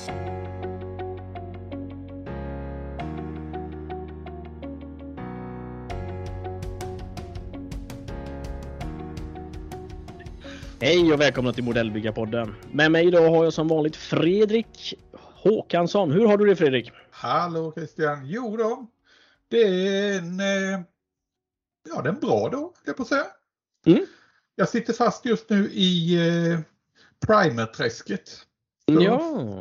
Hej och välkomna till Modellbyggarpodden. Med mig idag har jag som vanligt Fredrik Håkansson. Hur har du det, Fredrik? Hallå Christian. Jo då, det är det är en bra dag, jag på säga. Jag sitter fast just nu i primerträsket. Ja.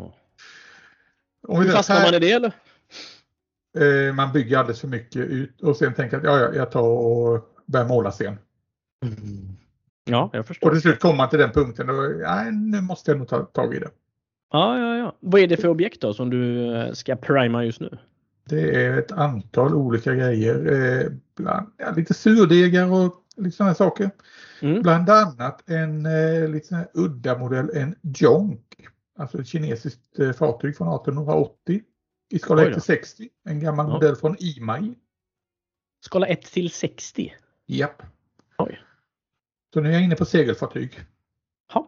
Hur fastnar man i det eller? Man bygger alldeles för mycket ut och sen tänker att jag tar och börjar måla sen. Ja, jag förstår. Och till slut kommer man till den punkten och nu måste jag nog ta tag i det. Ja. Vad är det för objekt då som du ska prima just nu? Det är ett antal olika grejer. Lite surdegar och lite sådana saker. Bland annat en lite sån här udda modell, en Jonk. Alltså ett kinesiskt fartyg från 1880 i skala 1-60. En gammal modell från Imai. Skala 1-60? Japp. Oj. Så nu är jag inne på segelfartyg. Ja.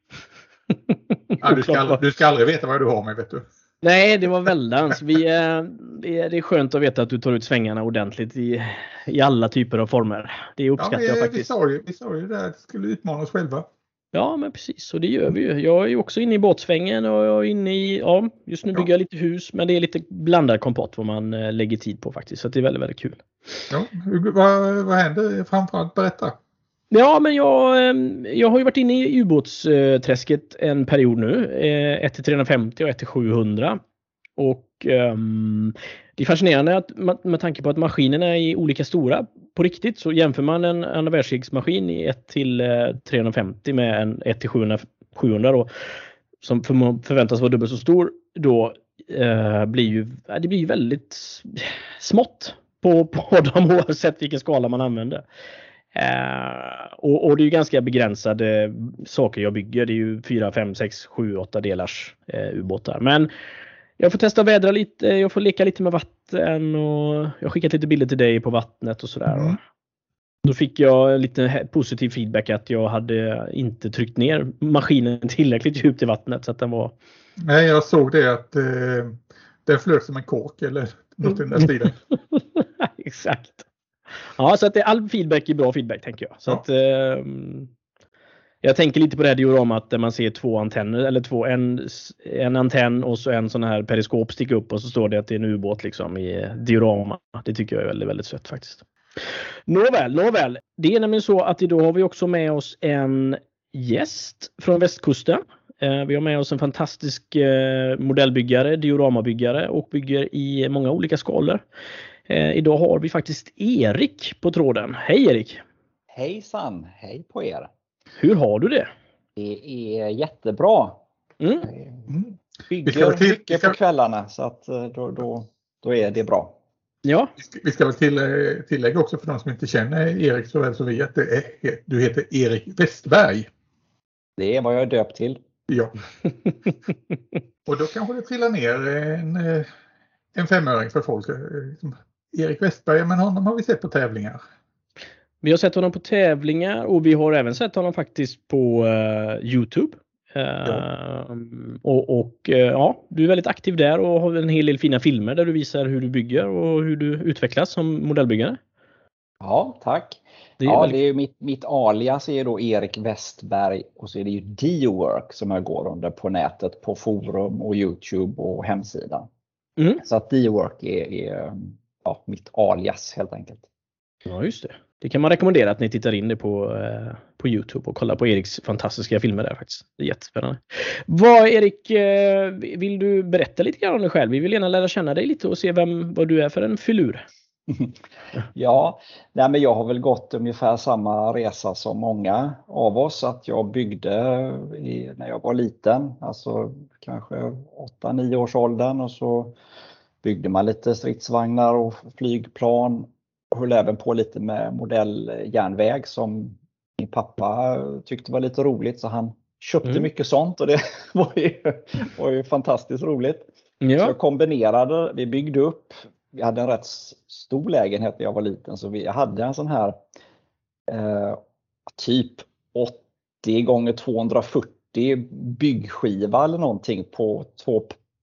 Du ska aldrig veta vad du har med, vet du. Nej, det var väldans. Det är skönt att veta att du tar ut svängarna ordentligt i alla typer av former. Det uppskattar jag faktiskt. Vi sa ju det att skulle utmana oss själva. Ja, men precis. Och det gör vi ju. Jag är ju också inne i båtsvängen och jag är inne i, just nu bygger jag lite hus. Men det är lite blandad kompott vad man lägger tid på faktiskt. Så det är väldigt, väldigt kul. Ja, vad händer? Framförallt berätta. Ja, men jag har ju varit inne i ubåtsträsket en period nu. 1-350 och 1-700. Och det är fascinerande att med tanke på att maskinerna är olika stora på riktigt, så jämför man en andra världskrigsmaskin i 1-350 med en 1-700 då, som förväntas vara dubbelt så stor, då blir ju väldigt smått på dem oavsett vilken skala man använder. Och det är ju ganska begränsade saker jag bygger. Det är ju 4, 5, 6, 7, 8 delars ubåtar. Men jag får testa att vädra lite. Jag får leka lite med vatten. Och jag har skickat lite bilder till dig på vattnet och sådär. Då fick jag lite positiv feedback att jag hade inte tryckt ner maskinen tillräckligt djupt i vattnet. Så att den var... Nej, jag såg det att den flöt som en kork eller något i den där stilen. Exakt. Ja, så att all feedback är bra feedback, tänker jag. Så att jag tänker lite på det här dioramat där man ser två antenner eller en antenn och så en sån här periskop sticka upp och så står det att det är en ubåt liksom i diorama. Det tycker jag är väldigt, väldigt sött faktiskt. Nåväl. Det är nämligen så att idag har vi också med oss en gäst från västkusten. Vi har med oss en fantastisk modellbyggare, dioramabyggare och bygger i många olika skalor. Idag har vi faktiskt Erik på tråden. Hej Erik! Hejsan, hej på er! Hur har du det? Det är jättebra. Bygger mycket på kvällarna så att då är det bra. Ja. Vi ska väl tillägga också för de som inte känner Erik så väl som vi att du heter Erik Westberg. Det är vad jag är döpt till. Ja. Och då kanske det trillar ner en 5-öring för folk. Erik Westberg, men honom har vi sett på tävlingar. Vi har sett honom på tävlingar och vi har även sett honom faktiskt på YouTube. Du är väldigt aktiv där och har en hel del fina filmer där du visar hur du bygger och hur du utvecklas som modellbyggare. Ja, tack. Det är mitt alias är då Erik Westberg och så är det ju D-Work som jag går under på nätet på forum och YouTube och hemsidan. Så att D-Work är mitt alias helt enkelt. Ja, just det. Det kan man rekommendera att ni tittar in det på YouTube och kollar på Eriks fantastiska filmer där faktiskt. Det är jättespännande. Erik, vill du berätta lite grann om dig själv? Vi vill gärna lära känna dig lite och se vad du är för en filur. Men jag har väl gått ungefär samma resa som många av oss. Att jag byggde när jag var liten, alltså kanske 8-9 års åldern, och så byggde man lite stridsvagnar och flygplan. Och höll även på lite med modelljärnväg som min pappa tyckte var lite roligt, så han köpte mycket sånt och det var ju fantastiskt roligt. Ja. Så jag kombinerade, vi byggde upp, vi hade en rätt stor lägenhet när jag var liten, så vi hade en sån här typ 80 x 240 byggskiva eller någonting på 2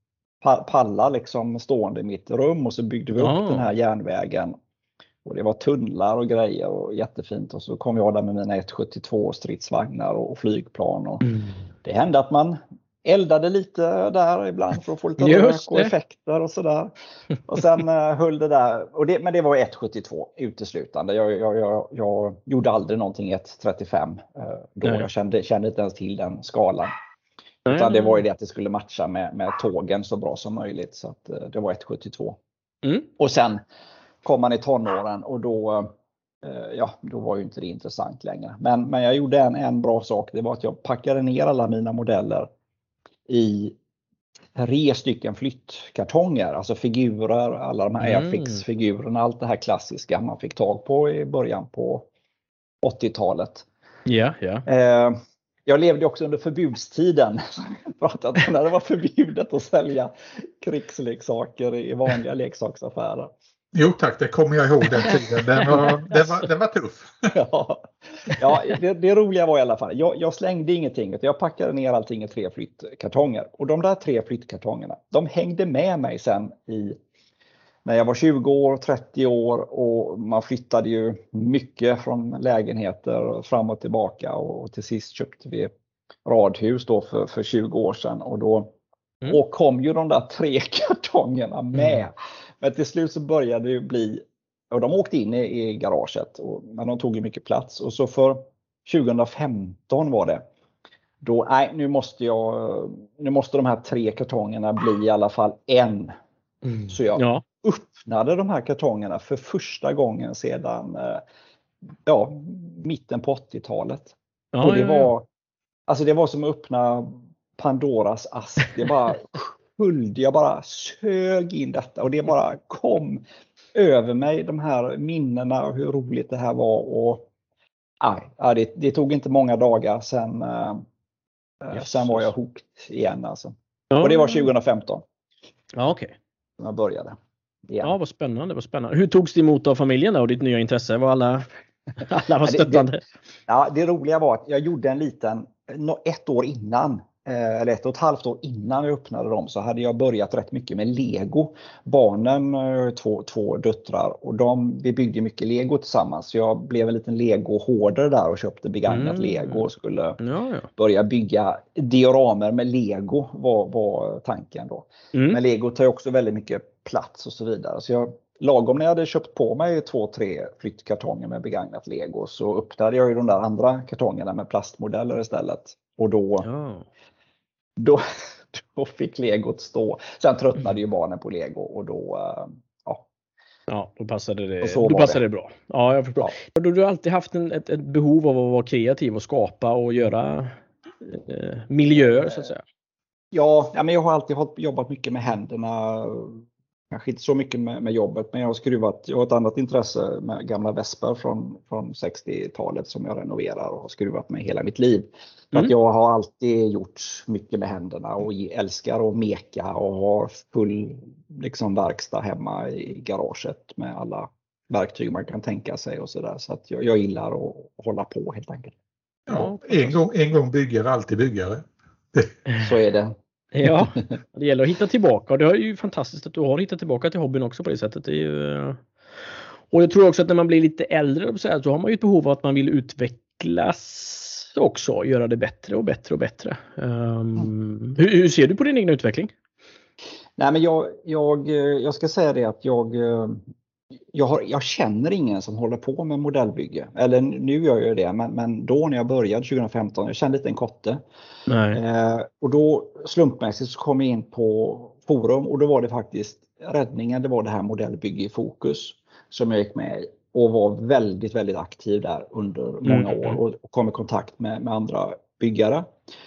pallar liksom stående i mitt rum och så byggde vi upp den här järnvägen. Och det var tunnlar och grejer och jättefint. Och så kom jag där med mina 172 stridsvagnar och flygplan. Och det hände att man eldade lite där ibland för att få lite rök och effekter och sådär. Och sen höll det där. Men det var 172 uteslutande. Jag gjorde aldrig någonting 135 då. Jag kände inte ens till den skalan. Utan det var ju det att det skulle matcha med tågen så bra som möjligt. Så att det var 172. Och sen kom man i tonåren och då var ju inte det intressant längre. Men jag gjorde en bra sak. Det var att jag packade ner alla mina modeller i 3 stycken flyttkartonger. Alltså figurer, alla de här Airfix-figurerna, allt det här klassiska man fick tag på i början på 80-talet. Ja. Jag levde också under förbudstiden. Pratat om när det var förbjudet att sälja krigsleksaker i vanliga leksaksaffärer. Jo tack, det kommer jag ihåg den tiden. Den var tuff. Ja, det roliga var i alla fall. Jag slängde ingenting. Utan jag packade ner allting i 3 flyttkartonger. Och de där 3 flyttkartongerna, de hängde med mig sen när jag var 20 år, 30 år. Och man flyttade ju mycket från lägenheter fram och tillbaka. Och till sist köpte vi radhus då för 20 år sedan. Och kom ju de där 3 kartongerna med. Men till slut så började det bli, och de åkte in i garaget, men de tog ju mycket plats. Och så för 2015 var det, då, nu måste de här 3 kartongerna bli i alla fall en. Så jag öppnade de här kartongerna för första gången sedan mitten på 80-talet. Och det var som att öppna Pandoras ask. Det bara jag bara sög in detta och det bara kom över mig, de här minnena och hur roligt det här var. Och det tog inte många dagar sen var jag hooked igen alltså. Och det var 2015. Ja, okej. Jag började. Igen. Ja, vad spännande. Hur togs det emot av familjen och ditt nya intresse? Var alla var stöttande? Det roliga var att jag gjorde en liten, 1 år innan, eller 1,5 år innan jag öppnade dem, så hade jag börjat rätt mycket med Lego. Barnen, två döttrar, och vi byggde mycket Lego tillsammans. Så jag blev en liten Lego-hoarder där och köpte begagnat Lego och skulle börja bygga dioramer med Lego var tanken då. Men Lego tar ju också väldigt mycket plats och så vidare. Så jag, lagom när jag hade köpt på mig 2-3 flyttkartonger med begagnat Lego, så öppnade jag ju de där andra kartongerna med plastmodeller istället. Och då fick Legot stå. Sen tröttnade ju barnen på Lego och då då passade det bra. Ja, jag förstår. Du har alltid haft ett behov av att vara kreativ och skapa och göra miljöer så att säga. Ja, men jag har alltid jobbat mycket med händerna. Kanske inte så mycket med jobbet, men jag har ett annat intresse med gamla Vesper från 60-talet som jag renoverar och har skruvat med hela mitt liv. För att jag har alltid gjort mycket med händerna och älskar att meka och har full verkstad hemma i garaget med alla verktyg man kan tänka sig och sådär. Så att jag gillar att hålla på helt enkelt. Ja, en gång byggare, alltid byggare. Så är det. Ja, det gäller att hitta tillbaka, och det är ju fantastiskt att du har hittat tillbaka till hobbyn också på det sättet. Det är ju... Och jag tror också att när man blir lite äldre så har man ju ett behov av att man vill utvecklas också, göra det bättre och bättre och bättre. Hur ser du på din egen utveckling? Nej, men jag ska säga det att jag känner ingen som håller på med modellbygge. Eller nu gör jag det, men då när jag började 2015, jag kände inte en kotte. Och då slumpmässigt så kom jag in på forum, och då var det faktiskt räddningen, det var det här modellbygge i fokus som jag gick med i och var väldigt, väldigt aktiv där under många år och kom i kontakt med andra byggare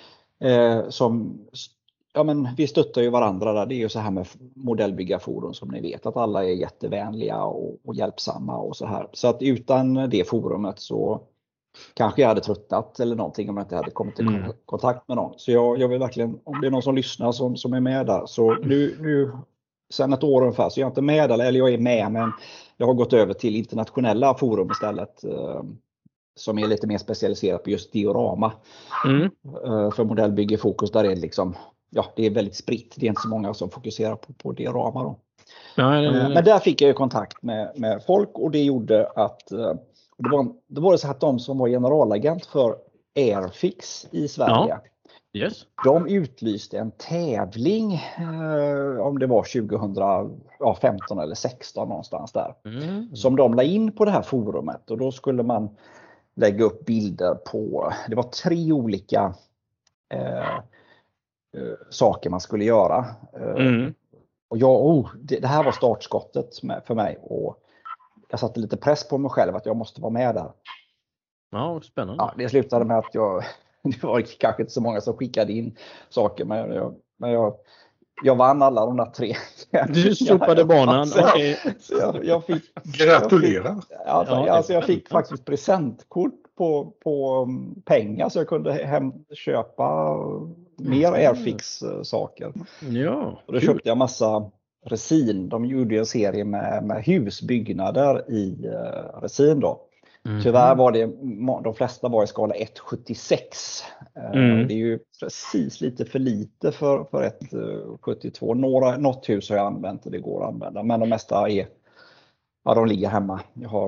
vi stöttar ju varandra där. Det är ju så här med modellbyggarforum som ni vet, att alla är jättevänliga och hjälpsamma och så här. Så att utan det forumet så kanske jag hade tröttnat eller någonting om jag inte hade kommit i kontakt med någon. Så jag vill verkligen, om det är någon som lyssnar som är med där, så nu sen ett år ungefär så är jag inte med där, eller jag är med, men jag har gått över till internationella forum istället som är lite mer specialiserat på just diorama. För modellbygge fokus, där är det det är väldigt spritt. Det är inte så många som fokuserar på diorama då. Nej. Men där fick jag ju kontakt med folk, och det gjorde att det var så att de som var generalagent för Airfix i Sverige, Yes. de utlyste en tävling om det var 2015 eller 16 någonstans där. Som de la in på det här forumet, och då skulle man lägga upp bilder på, det var 3 olika saker man skulle göra. Och det här var startskottet för mig, och jag satte lite press på mig själv att jag måste vara med där. Ja, spännande. Ja, det slutade med att det var kanske inte så många som skickade in saker, men jag vann alla de där 3. Du sopade banan. Okay. Så jag fick, gratulerar. Jag fick faktiskt presentkort på pengar, så jag kunde köpa mer Airfix-saker. Ja, och då köpte jag massa resin. De gjorde en serie med husbyggnader i resin då. Tyvärr var de flesta var i skala 1,76. Det är ju precis lite för lite för 1,72. Något hus har jag använt och det går att använda. Men de mesta de ligger hemma.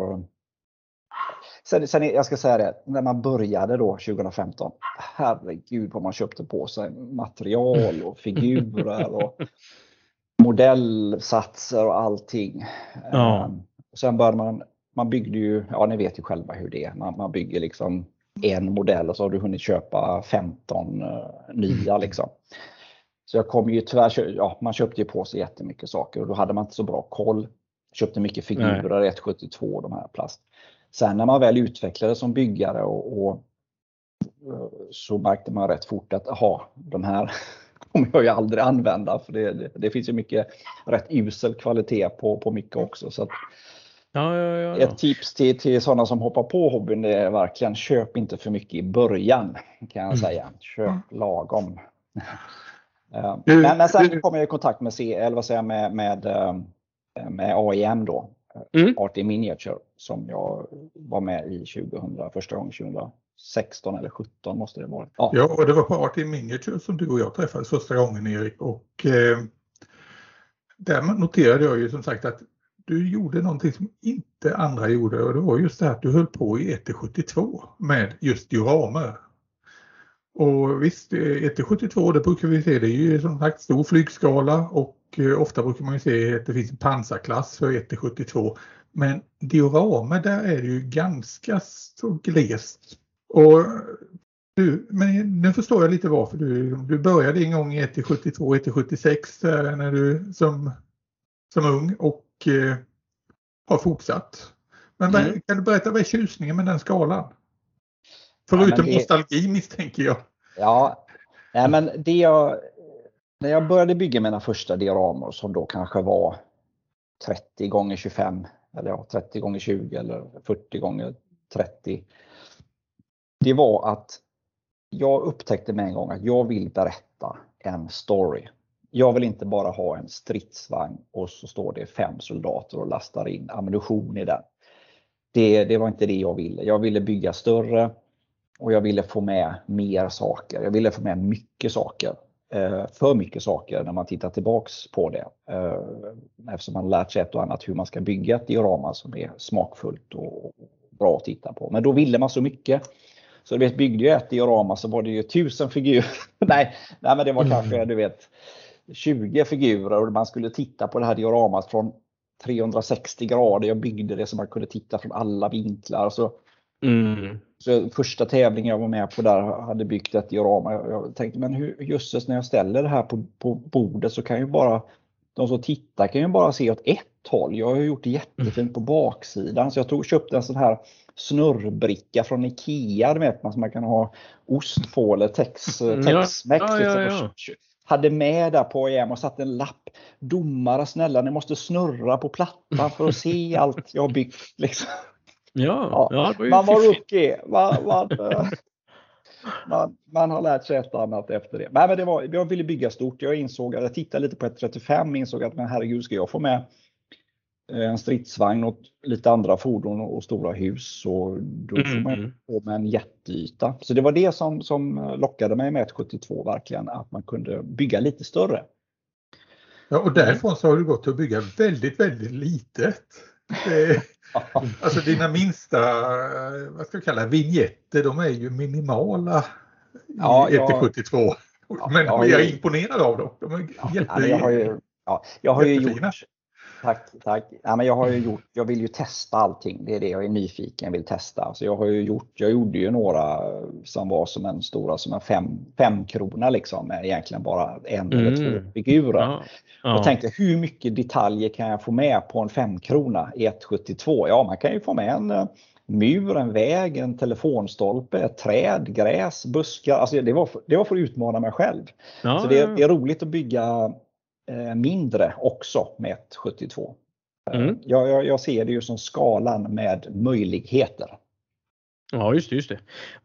Sen jag ska säga det, när man började då 2015, herregud vad man köpte på sig material och figurer och modellsatser och allting. Och sen började man byggde ju, ni vet ju själva hur det är. Man bygger liksom en modell och så har du hunnit köpa 15 nya liksom. Så jag kom ju tyvärr, man köpte ju på sig jättemycket saker, och då hade man inte så bra koll. Köpte mycket figurer, 1,72 de här plast. Sen när man väl utvecklade som byggare och så märkte man rätt fort att de här kommer jag ju aldrig använda, för det finns ju mycket rätt usel kvalitet på mycket också. Så att ett tips till sådana som hoppar på hobbyn, det är verkligen köp inte för mycket i början, kan jag säga. Köp lagom. Men sen kom jag i kontakt med AIM då. Art in Miniature, som jag var med i första gången 2016 eller 17 måste det vara. Ja, och det var på Art in Miniature som du och jag träffades första gången, Erik. Och där noterade jag ju som sagt att du gjorde någonting som inte andra gjorde, och det var just det här att du höll på i 1,72 med just dioramer. Och visst, 1,72 det brukar vi se, det är ju som sagt stor flygskala, och ofta brukar man ju se att det finns en pansarklass för 1,72. Men dioramer, där är det ju ganska så glest. Och men nu förstår jag lite varför du började en gång i 1,72, 1,76 när du som ung och har fortsatt. Men kan du berätta, vad är tjusningen med den skalan? Förutom nostalgi, misstänker jag. Ja, men när jag började bygga mina första dioramor, som då kanske var 30 x 25 eller 30 x 20 eller 40 x 30. Det var att jag upptäckte med en gång att jag vill berätta en story. Jag vill inte bara ha en stridsvagn och så står det 5 soldater och lastar in ammunition i den. Det var inte det jag ville. Jag ville bygga större, och jag ville få med mer saker. Jag ville få med mycket saker. För mycket saker när man tittar tillbaks på det. Eftersom man lärt sig ett och annat hur man ska bygga ett diorama som är smakfullt och bra att titta på. Men då ville man så mycket. Så byggde jag ett diorama så var det ju 1000 figurer. nej, men det var kanske 20 figurer, och man skulle titta på det här dioramat från 360 grader. Jag byggde det så man kunde titta från alla vinklar. Så första tävlingen jag var med på där hade byggt ett diorama. Jag tänkte, men just när jag ställer det här på bordet så kan ju bara de som tittar kan ju bara se åt ett håll. Jag har gjort det jättefint på baksidan, så jag köpte en sån här snurrbricka från Ikea, vet man, som man kan ha ost på eller Tex-Mex. Hade med där på AIM och satt en lapp: domare, snälla, ni måste snurra på plattan för att se allt jag har byggt liksom. Man var rookie. Man har lärt sig ett annat efter det. Nej, men jag ville bygga stort. Jag tittade lite på 1,35, insåg att men herregud, ska jag få med en stridsvagn och lite andra fordon och stora hus, så då får man få med en jätteyta. Så det var det som lockade mig med 172 verkligen, att man kunde bygga lite större. Ja, och därifrån så har du gått att bygga väldigt, väldigt litet. Alltså dina minsta, vad ska jag kalla, vignetter, de är ju minimala i 172. Men jag är imponerad av dem. De är jag har ju gjort. Tack. Ja, men jag vill ju testa allting. Det är det jag är nyfiken, vill testa. Så jag gjorde ju några som var som en stora, som en 5 krona liksom, med egentligen bara en eller 2 figurer. Och tänkte, hur mycket detaljer kan jag få med på en 5 krona i 172? Ja, man kan ju få med en mur, en väg, en telefonstolpe, ett träd, gräs, buskar. Alltså det var för att utmana mig själv. Så det är roligt att bygga mindre också med 172. Jag ser det ju som skalan med möjligheter. Ja, just det.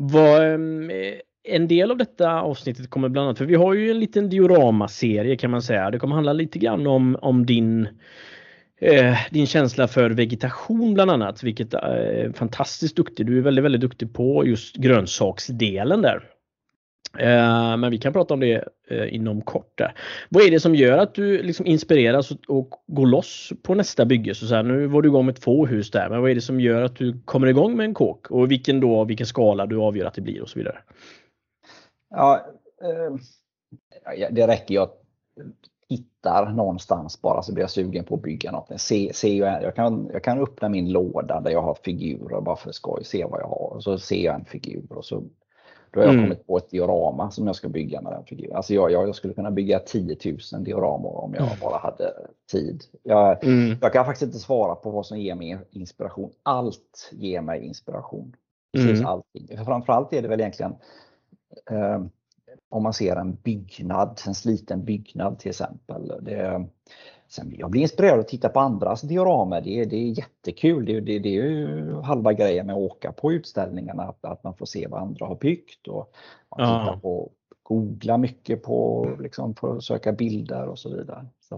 En del av detta avsnittet kommer bland annat, för vi har ju en liten diorama-serie kan man säga. Det kommer handla lite grann om din känsla för vegetation bland annat, vilket är fantastiskt duktig. Du är väldigt, väldigt duktig på just grönsaksdelen där. Men vi kan prata om det inom kort där. Vad är det som gör att du liksom inspireras och går loss på nästa bygge? Så här, nu var du igång med 2 hus där, men vad är det som gör att du kommer igång med en kåk? Och vilken skala du avgör att det blir och så vidare? Ja, det räcker ju att hittar någonstans bara, så blir jag sugen på att bygga något. Jag kan öppna min låda där jag har figurer bara för skoj, se vad jag har. Och så ser jag en figur och så då har jag kommit på ett diorama som jag ska bygga med den figuren. Alltså jag skulle kunna bygga 10 000 dioramor om jag bara hade tid. Jag kan faktiskt inte svara på vad som ger mig inspiration. Allt ger mig inspiration. Precis allting. Framförallt är det väl egentligen om man ser en sliten byggnad till exempel. Sen jag blir inspirerad att titta på andras dioramer. Det är jättekul. Det är ju halva grejen med att åka på utställningarna. Att man får se vad andra har byggt. Och man tittar på, googla mycket på, liksom, för att söka bilder och så vidare. Så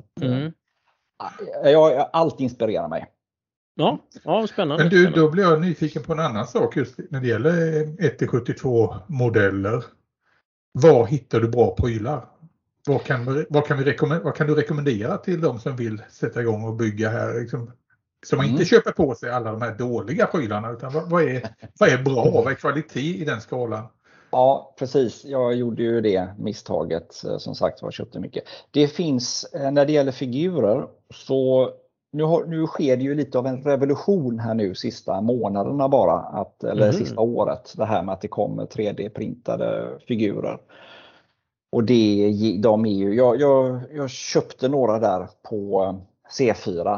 att, allt inspirerar mig. Ja, spännande. Men då blir jag nyfiken på en annan sak just när det gäller 1-72 modeller. Var hittar du bra prylar? Vad kan du rekommendera till de som vill sätta igång och bygga här? Liksom, så man inte köper på sig alla de här dåliga prylarna, utan vad är bra? Vad är kvalitet i den skalan? Ja, precis. Jag gjorde ju det misstaget, som sagt, jag köpte mycket. Det finns, när det gäller figurer, så nu sker det ju lite av en revolution här nu sista månaderna bara, eller sista året, det här med att det kommer 3D-printade figurer. Och de är ju, jag köpte några där på C4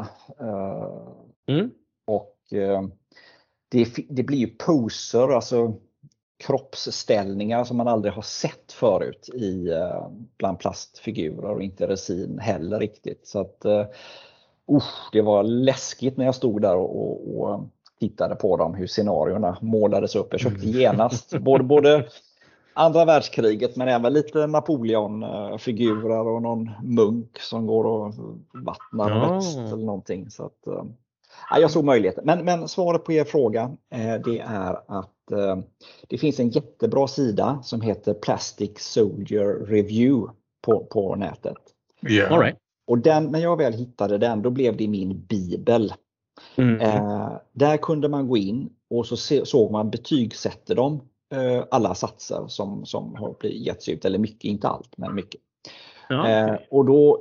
och det blir ju poser, alltså kroppsställningar som man aldrig har sett förut bland plastfigurer, och inte resin heller riktigt. Så att det var läskigt när jag stod där och tittade på dem, hur scenarierna målades upp. Jag köpte genast både andra världskriget, men även lite Napoleon-figurer och någon munk som går och vattnar en växt eller någonting. Så att, jag såg möjligheter. Men svaret på er fråga, det är att det finns en jättebra sida som heter Plastic Soldier Review på nätet. Yeah. All right. Och när jag väl hittade den, då blev det min bibel. Där kunde man gå in och så såg man betygsätter dem alla satser som har getts ut, eller mycket, inte allt, men mycket. Och då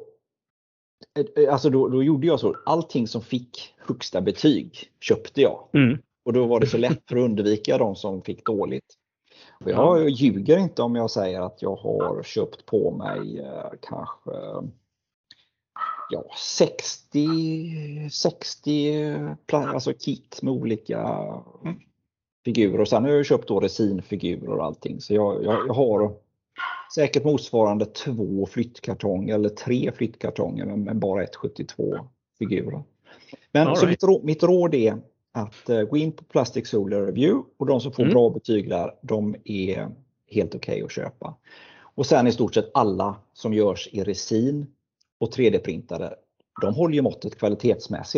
gjorde jag så, allting som fick högsta betyg köpte jag. Och då var det så lätt för att undvika de som fick dåligt. Och jag ljuger inte om jag säger att jag har köpt på mig kanske 60 alltså kit med olika figurer. Och sen har jag köpt då resinfigurer och allting. Så jag har säkert motsvarande 2 flyttkartonger eller 3 flyttkartonger med bara 1,72 figurer. Men så mitt råd är att gå in på Plastic Soldier Review, och de som får bra betyg där, de är helt okej att köpa. Och sen i stort sett alla som görs i resin och 3D-printade, de håller ju måttet kvalitetsmässigt.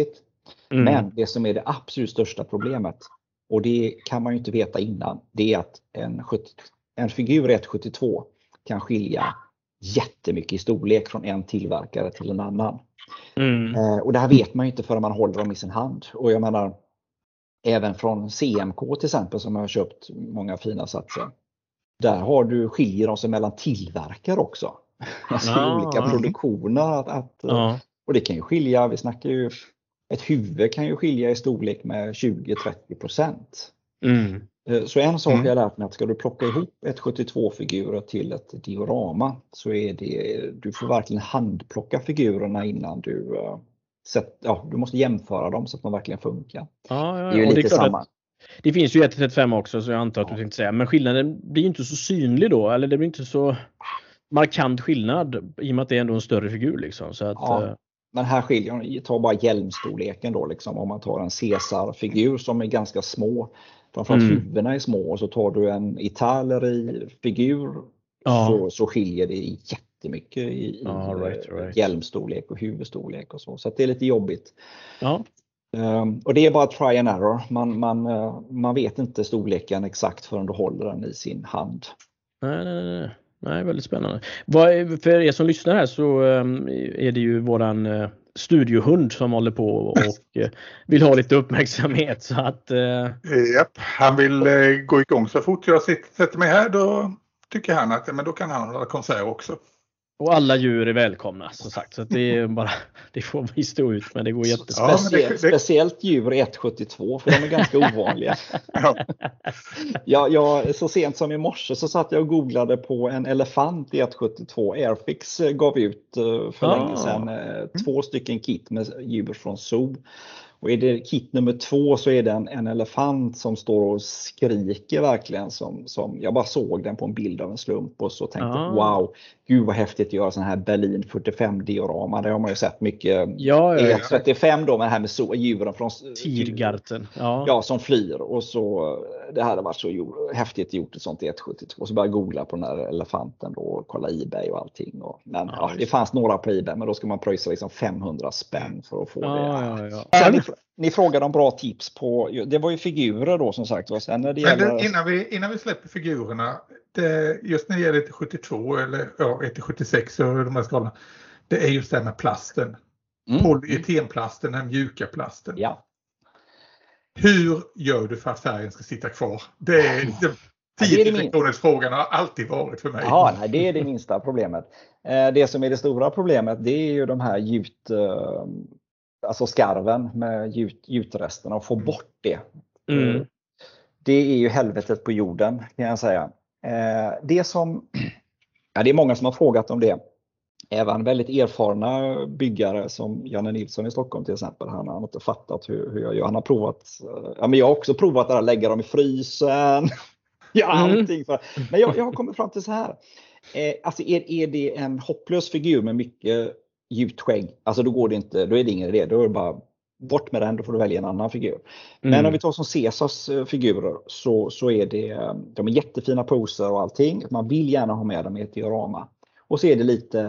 Men det som är det absolut största problemet, och det kan man ju inte veta innan, det är att en figur 1,72 kan skilja jättemycket i storlek från en tillverkare till en annan. Och det här vet man ju inte förrän man håller dem i sin hand. Och jag menar, även från CMK till exempel, som jag har köpt många fina satser, där skiljer de sig mellan tillverkare också. Alltså olika produktioner. Och det kan ju skilja, vi snackar ju, ett huvud kan ju skilja i storlek med 20-30%. Så en sak jag har lärt mig, att ska du plocka ihop 1,72-figurer till ett diorama, så är du får verkligen handplocka figurerna innan du måste jämföra dem så att de verkligen funkar. Det är ju lite samma. Det finns ju 1,35 också, så jag antar att du tänkte säga. Men skillnaden blir ju inte så synlig då, eller det blir inte så markant skillnad i och med att det är ändå en större figur liksom. Så att, men här skiljer, ta bara hjälmstorleken då liksom. Om man tar en Caesar-figur som är ganska små, framförallt huvudena är små, och så tar du en Italeri-figur så skiljer det jättemycket i hjälmstorlek och huvudstorlek och så. Så att det är lite jobbigt. Och det är bara try and error. Man vet inte storleken exakt förrän du håller den i sin hand. Nej, väldigt spännande. För er som lyssnar här så är det ju våran studiohund som håller på och vill ha lite uppmärksamhet. Så att, Japp, han vill gå igång så fort jag sätter mig här, då tycker han att då kan han hålla konsert också. Och alla djur är välkomna, som sagt. Så att det är bara, det får vi stå ut med. Det går jättespeciellt. Speciellt djur 1,72, för de är ganska ovanliga. Jag så sent som i morse så satt jag och googlade på en elefant i 1,72. Airfix gav ut för länge sedan 2 stycken kit med djur från zoo. Och är det kit nummer 2 så är det en elefant som står och skriker verkligen, som jag bara såg den på en bild av en slump och så tänkte wow, gud vad häftigt att göra sån här Berlin 45 diorama. Det har man ju sett mycket. 35 då, med det här med djuren från Tiergarten. Som flyr, och så det hade varit så häftigt gjort ett sånt i 1,72. Så började jag googla på den här elefanten då och kolla eBay och allting, men det fanns några på eBay, men då ska man pröjsa liksom 500 spänn för att få det. Ni frågade om bra tips på, det var ju figurer då som sagt. Och sen när det gäller... innan vi släpper figurerna, just när det gäller 1,72 eller 1,76 och de här skalorna, det är just det här med plasten. Polyetenplasten, den mjuka plasten. Ja. Hur gör du för att färgen ska sitta kvar? Det är 10 000 kronors frågan har alltid varit för mig. Det är det minsta problemet. Det som är det stora problemet, det är ju de här alltså skarven med gjutresterna, och få bort det. Det är ju helvetet på jorden, kan jag säga. Det är många som har frågat om det. Även väldigt erfarna byggare som Janne Nilsson i Stockholm till exempel. Han har inte fattat hur jag gör. Han har provat, men jag har också provat att lägga dem i frysen. Allting. Men jag har kommit fram till så här. Alltså är det en hopplös figur med mycket gjutskägg, alltså då går det inte, då är det ingen idé, då är det bara bort med den, då får du välja en annan figur. Men om vi tar som Caesars figurer så är de är jättefina poser och allting, man vill gärna ha med dem i ett diorama. Och så är det lite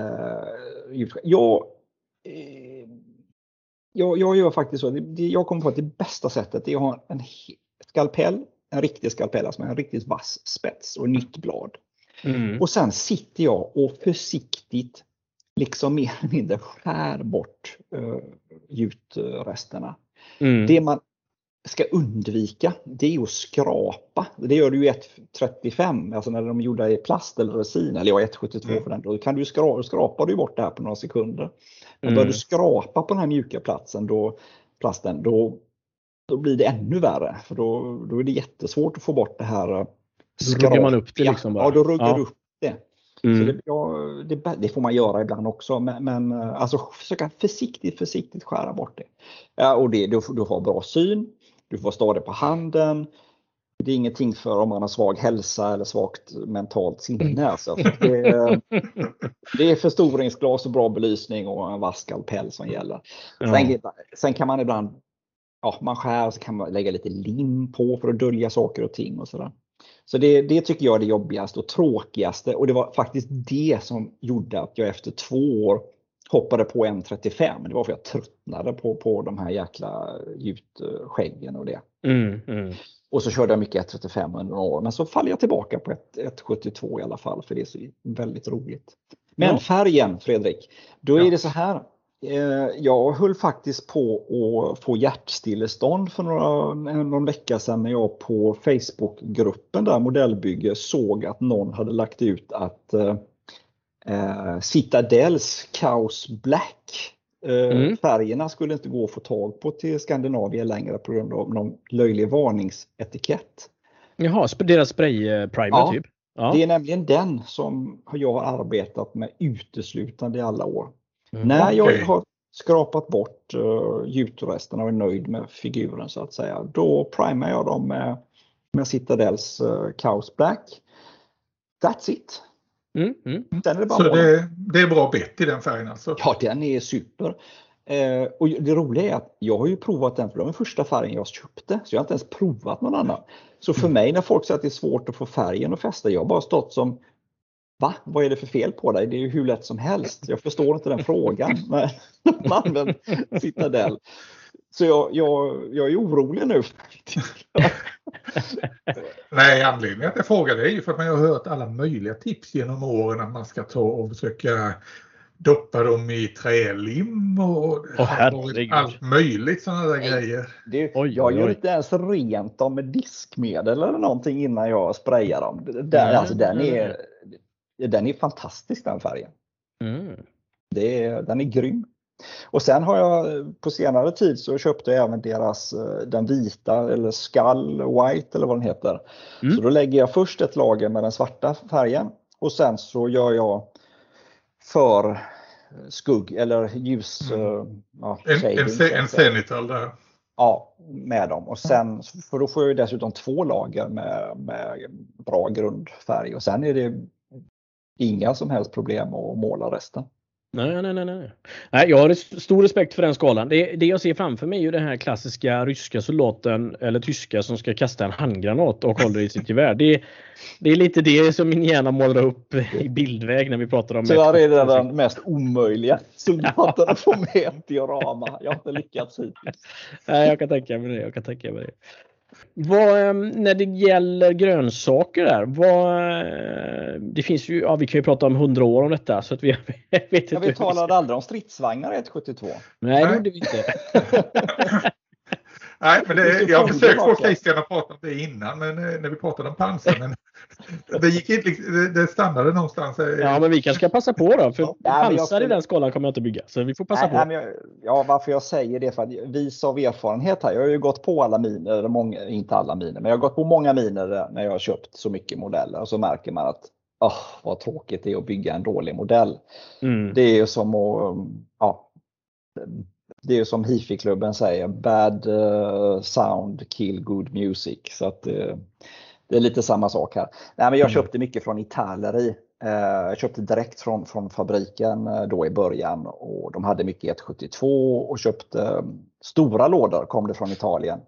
jag gör faktiskt så, jag kommer på att det bästa sättet är att ha en skalpell, en riktig skalpell, alltså med en riktigt vass spets och nytt blad. Och sen sitter jag och försiktigt liksom mer eller mindre skär bort gjutresterna. Det man ska undvika, det är att skrapa. Det gör du i 1,35, alltså när de är gjorda i plast eller resin, eller 1,72 för den. Då kan du skrapa du bort det här på några sekunder. Men börjar du skrapa på den här mjuka plasten, då blir det ännu värre. För då är det jättesvårt att få bort det här skrapiga. Ruggar man upp det liksom bara. Ja, då ruggar du upp det. Så det får man göra ibland också, men alltså försöka försiktigt skära bort det. Och du får bra syn, du får stå det på handen. Det är ingenting för om man har svag hälsa eller svagt mentalt sinne. Alltså. Det är förstoringsglas och bra belysning och en vass skalpell som gäller. Sen kan man ibland, man skär, så kan man lägga lite lim på för att dölja saker och ting och sådär. Så det tycker jag är det jobbigaste och tråkigaste. Och det var faktiskt det som gjorde att jag efter 2 år hoppade på M35. Det var för jag tröttnade på de här jäkla gjutskäggen och det. Och så körde jag mycket 1.35 under några år. Men så faller jag tillbaka på 1.72 i alla fall. För det är så väldigt roligt. Men färgen, Fredrik. Då är det så här. Jag höll faktiskt på att få hjärtstillestånd för någon vecka sedan. När jag på Facebookgruppen där modellbygge såg att någon hade lagt ut att Citadells Chaos Black. Färgerna skulle inte gå att få tag på till Skandinavien längre på grund av någon löjlig varningsetikett. Jaha, deras spray-primer typ? Ja, det är nämligen den som jag har arbetat med uteslutande i alla år. När jag har skrapat bort gjutresterna och är nöjd med figuren så att säga, då primar jag dem med Citadells Chaos Black. That's it. Sen är det bara så det är bra bett i den färgen alltså? Ja, den är super. Och det roliga är att jag har ju provat den, för det var den första färgen jag köpte. Så jag har inte ens provat någon annan. Så för mig när folk säger att det är svårt att få färgen att fästa, jag har bara stått som va? Vad är det för fel på dig? Det är ju hur lätt som helst. Jag förstår inte den frågan när man använder Citadel. Så jag är orolig nu. Nej, anledningen att jag frågar det är ju för att man har hört alla möjliga tips genom åren att man ska ta och försöka doppa dem i trälim och allt möjligt sådana där grejer. Jag gör inte ens rent dem med diskmedel eller någonting innan jag sprayar dem. Den är fantastisk den färgen. Den är grym. Och sen har jag på senare tid så köpte jag även deras den vita eller skull white eller vad den heter. Så då lägger jag först ett lager med den svarta färgen och sen så gör jag för skugg eller ljus en zenital där. Ja, med dem. Och sen, för då får jag ju dessutom 2 lager med bra grundfärg. Och sen är det inga som helst problem att måla resten. Nej, jag har stor respekt för den skalan. Det jag ser framför mig är ju den här klassiska ryska soldaten eller tyska som ska kasta en handgranat och håller i sitt gevär. Det är lite det som min hjärna målar upp i bildväg när vi pratar om... Tyvärr är det den mest omöjliga soldaten att få med ett diorama. Jag har inte lyckats hittills. Nej, jag kan tänka mig det. När det gäller grönsaker där, det finns ju, vi kan ju prata om 100 år om detta så att vi vet inte. Vi talade aldrig om stridsvagnar 1.72. Nej, det gjorde vi inte. Nej, men jag har försökt få Christian att prata om det innan, men när vi pratade om pansar, men det gick inte, det stannade någonstans. Ja, men vi kanske ska passa på då, för pansar i den skalan kommer jag inte bygga, så vi får passa på. Varför jag säger det för att vis av erfarenhet här, jag har ju gått på alla miner, eller inte alla miner, men jag har gått på många miner när jag har köpt så mycket modeller, och så märker man att vad tråkigt det är att bygga en dålig modell. Det är ju som att, det är ju som Hifi-klubben säger, bad sound kill good music. Så att det är lite samma sak här. Nej, men jag köpte mycket från Italeri. Jag köpte direkt från fabriken då i början. Och de hade mycket 1.72 och köpte stora lådor, kom det från Italien.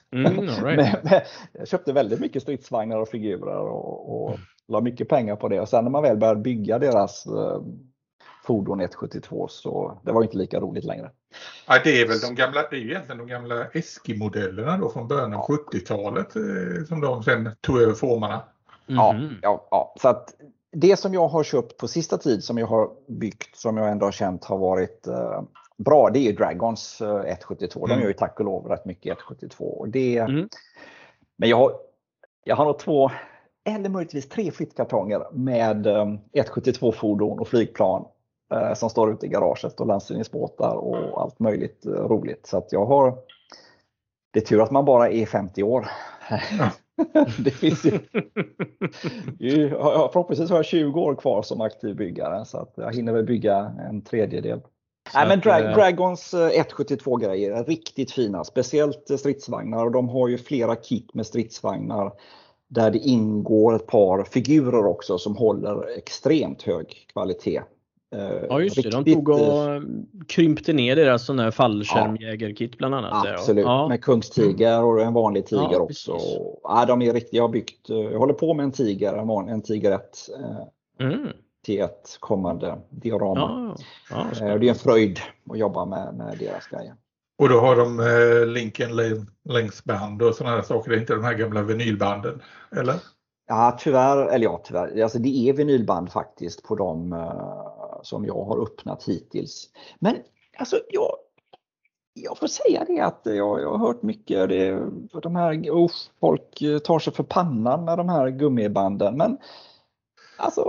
Jag köpte väldigt mycket stridsvagnar och figurer och la mycket pengar på det. Och sen när man väl började bygga deras fordon 1.72 så det var inte lika roligt längre. Ja, det är väl det är ju egentligen de gamla Eski-modellerna då från början av 70-talet som de sen tog över formarna. Ja, så att det som jag har köpt på sista tid som jag har byggt som jag ändå har känt har varit bra, det är ju Dragons 1.72. De gör ju tack och lov rätt mycket 1.72 och det men jag har nog 2 eller möjligtvis 3 flyttkartonger med 1.72 fordon och flygplan som står ute i garaget och landstigningsbåtar och allt möjligt roligt. Så att det är tur att man bara är 50 år. Det finns ju förhoppningsvis har jag 20 år kvar som aktiv byggare så att jag hinner väl bygga en tredjedel. Nej, men Dragons 1.72 grejer är riktigt fina, speciellt stridsvagnar, och de har ju flera kit med stridsvagnar där det ingår ett par figurer också som håller extremt hög kvalitet. Ja just det, de tog och krympte ner deras sån här fallskärmjägerkit bland annat. Absolut, med kungstiger och en vanlig tiger också. De är riktigt, jag håller på med en tiger, en tiger 1. till ett kommande diorama. Ja, det är en fröjd att jobba med deras grejer. Och då har de Lincoln längsband och sådana här saker. Det är inte de här gamla vinylbanden, eller? Ja, tyvärr. Alltså det är vinylband faktiskt på de som jag har öppnat hittills. Men alltså jag får säga det att jag har hört mycket de här folk tar sig för pannan med de här gummibanden. Men alltså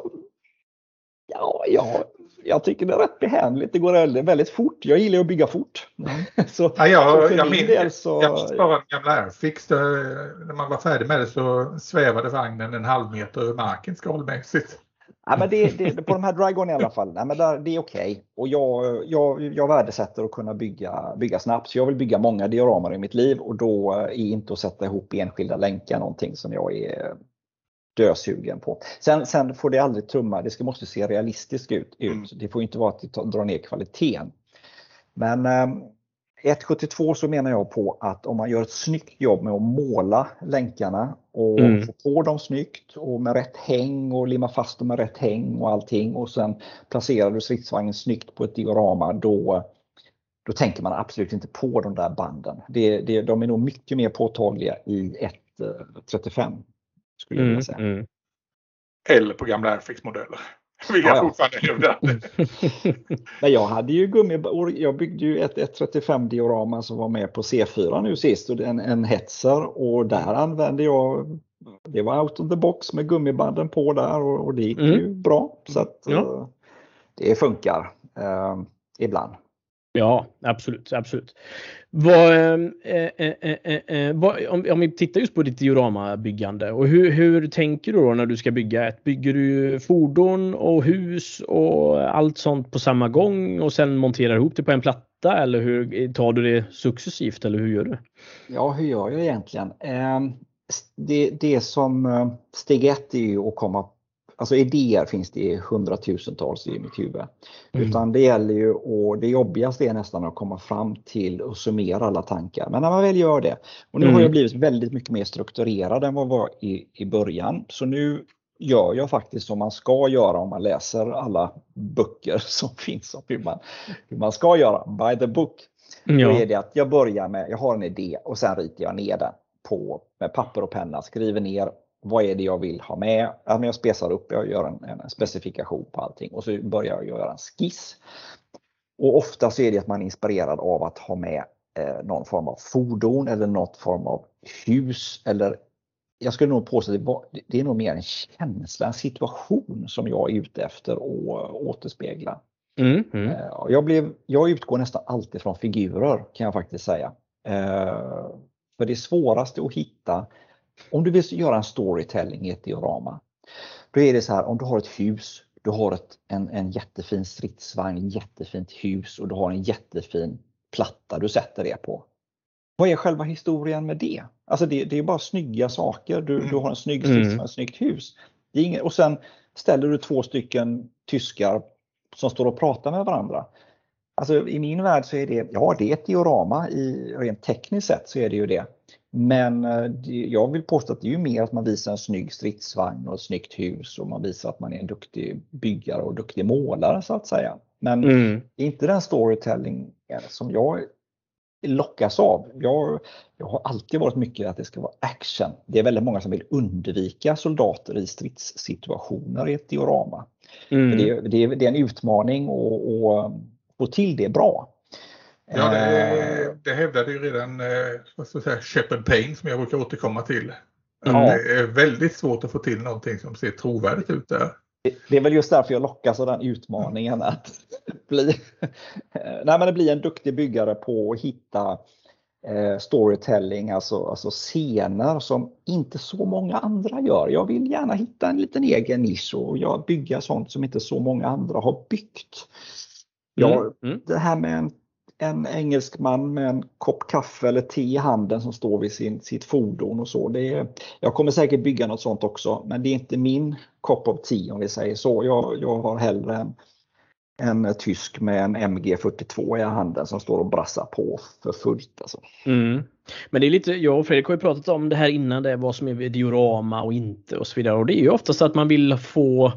jag tycker det är rätt behändigt. Det går väldigt fort. Jag gillar att bygga fort. Så, jag minns bara en gamla Airfix. När man var färdig med det så svävade vagnen en halv meter över marken skalmässigt. Ja, men på de här Dragon i alla fall, men det är okej. Och jag värdesätter att kunna bygga snabbt. Så jag vill bygga många dioramar i mitt liv, och då är inte att sätta ihop enskilda länkar någonting som jag är dösugen på. Sen får det aldrig trumma, det måste se realistiskt ut. Det får inte vara att det drar ner kvaliteten. Men 1.72 så menar jag på att om man gör ett snyggt jobb med att måla länkarna och få på dem snyggt och med rätt häng och limma fast dem med rätt häng och allting, och sen placerar du stridsvagnen snyggt på ett diorama, då tänker man absolut inte på de där banden. De är nog mycket mer påtagliga i 1.35 skulle jag vilja säga. Eller på gamla Airfix-modeller. Fortfarande hävda. Men jag hade ju jag byggde ju ett 1.35 diorama som var med på C4 nu sist, och en hetzer, och där använde jag, det var out of the box med gummibanden på där, och det gick ju bra, så att det funkar ibland. Ja, absolut. Om vi tittar just på ditt dioramabyggande, och hur tänker du då när du ska bygga ett? Bygger du fordon och hus och allt sånt på samma gång och sen monterar ihop det på en platta, eller hur tar du det successivt, eller hur gör du? Ja, hur gör jag egentligen? Det som steg 1 är ju att komma. Alltså idéer finns det 100,000-tals i mitt huvud. Utan det gäller ju, och det jobbigaste är nästan att komma fram till och summera alla tankar. Men när man väl gör det, och nu har jag blivit väldigt mycket mer strukturerad än vad jag var i början. Så nu gör jag faktiskt som man ska göra om man läser alla böcker som finns om hur man ska göra, by the book. Då är det att jag börjar med, jag har en idé och sen ritar jag ner den med papper och penna, skriver ner. Vad är det jag vill ha med? Jag spesar upp, jag gör en specifikation på allting, och så börjar jag göra en skiss. Och ofta så är det att man är inspirerad av att ha med någon form av fordon eller något form av hus. Eller jag skulle nog påstå att det är nog mer en känsla, en situation som jag är ute efter att återspegla. Jag utgår nästan alltid från figurer, kan jag faktiskt säga. För det svåraste att hitta, om du vill göra en storytelling i ett diorama, då är det så här: om du har ett hus, du har en jättefin stridsvagn, jättefint hus, och du har en jättefin platta du sätter det på. Vad är själva historien med det? Alltså det är bara snygga saker. Du har en snygg stridsvagn, ett snyggt hus. Och sen ställer du 2 stycken tyskar som står och pratar med varandra. Alltså i min värld så är det är ett diorama, rent tekniskt sett så är det ju det. Men jag vill påstå att det är ju mer att man visar en snygg stridsvagn och ett snyggt hus, och man visar att man är en duktig byggare och duktig målare, så att säga. Men det är inte den storytelling som jag lockas av. Jag har alltid varit mycket att det ska vara action. Det är väldigt många som vill undvika soldater i stridssituationer i ett diorama. Det är en utmaning att få till det bra. Ja, det hävdade ju redan Shepard Payne, som jag brukar återkomma till. Det är väldigt svårt att få till någonting som ser trovärdigt ut där. Det är väl just därför jag lockas av den utmaningen att bli en duktig byggare på att hitta storytelling, alltså scener som inte så många andra gör. Jag vill gärna hitta en liten egen nisch och bygga sånt som inte så många andra har byggt. Det här med en engelsk man med en kopp kaffe eller te i handen som står vid sitt fordon och så. Jag kommer säkert bygga något sånt också, men det är inte min kopp av te, om vi säger så. Jag har hellre en tysk med en MG42 i handen som står och brassar på för fullt. Alltså. Men det är lite, jag och Fredrik har ju pratat om det här innan, det vad som är diorama och inte och så vidare. Och det är ju oftast att man vill få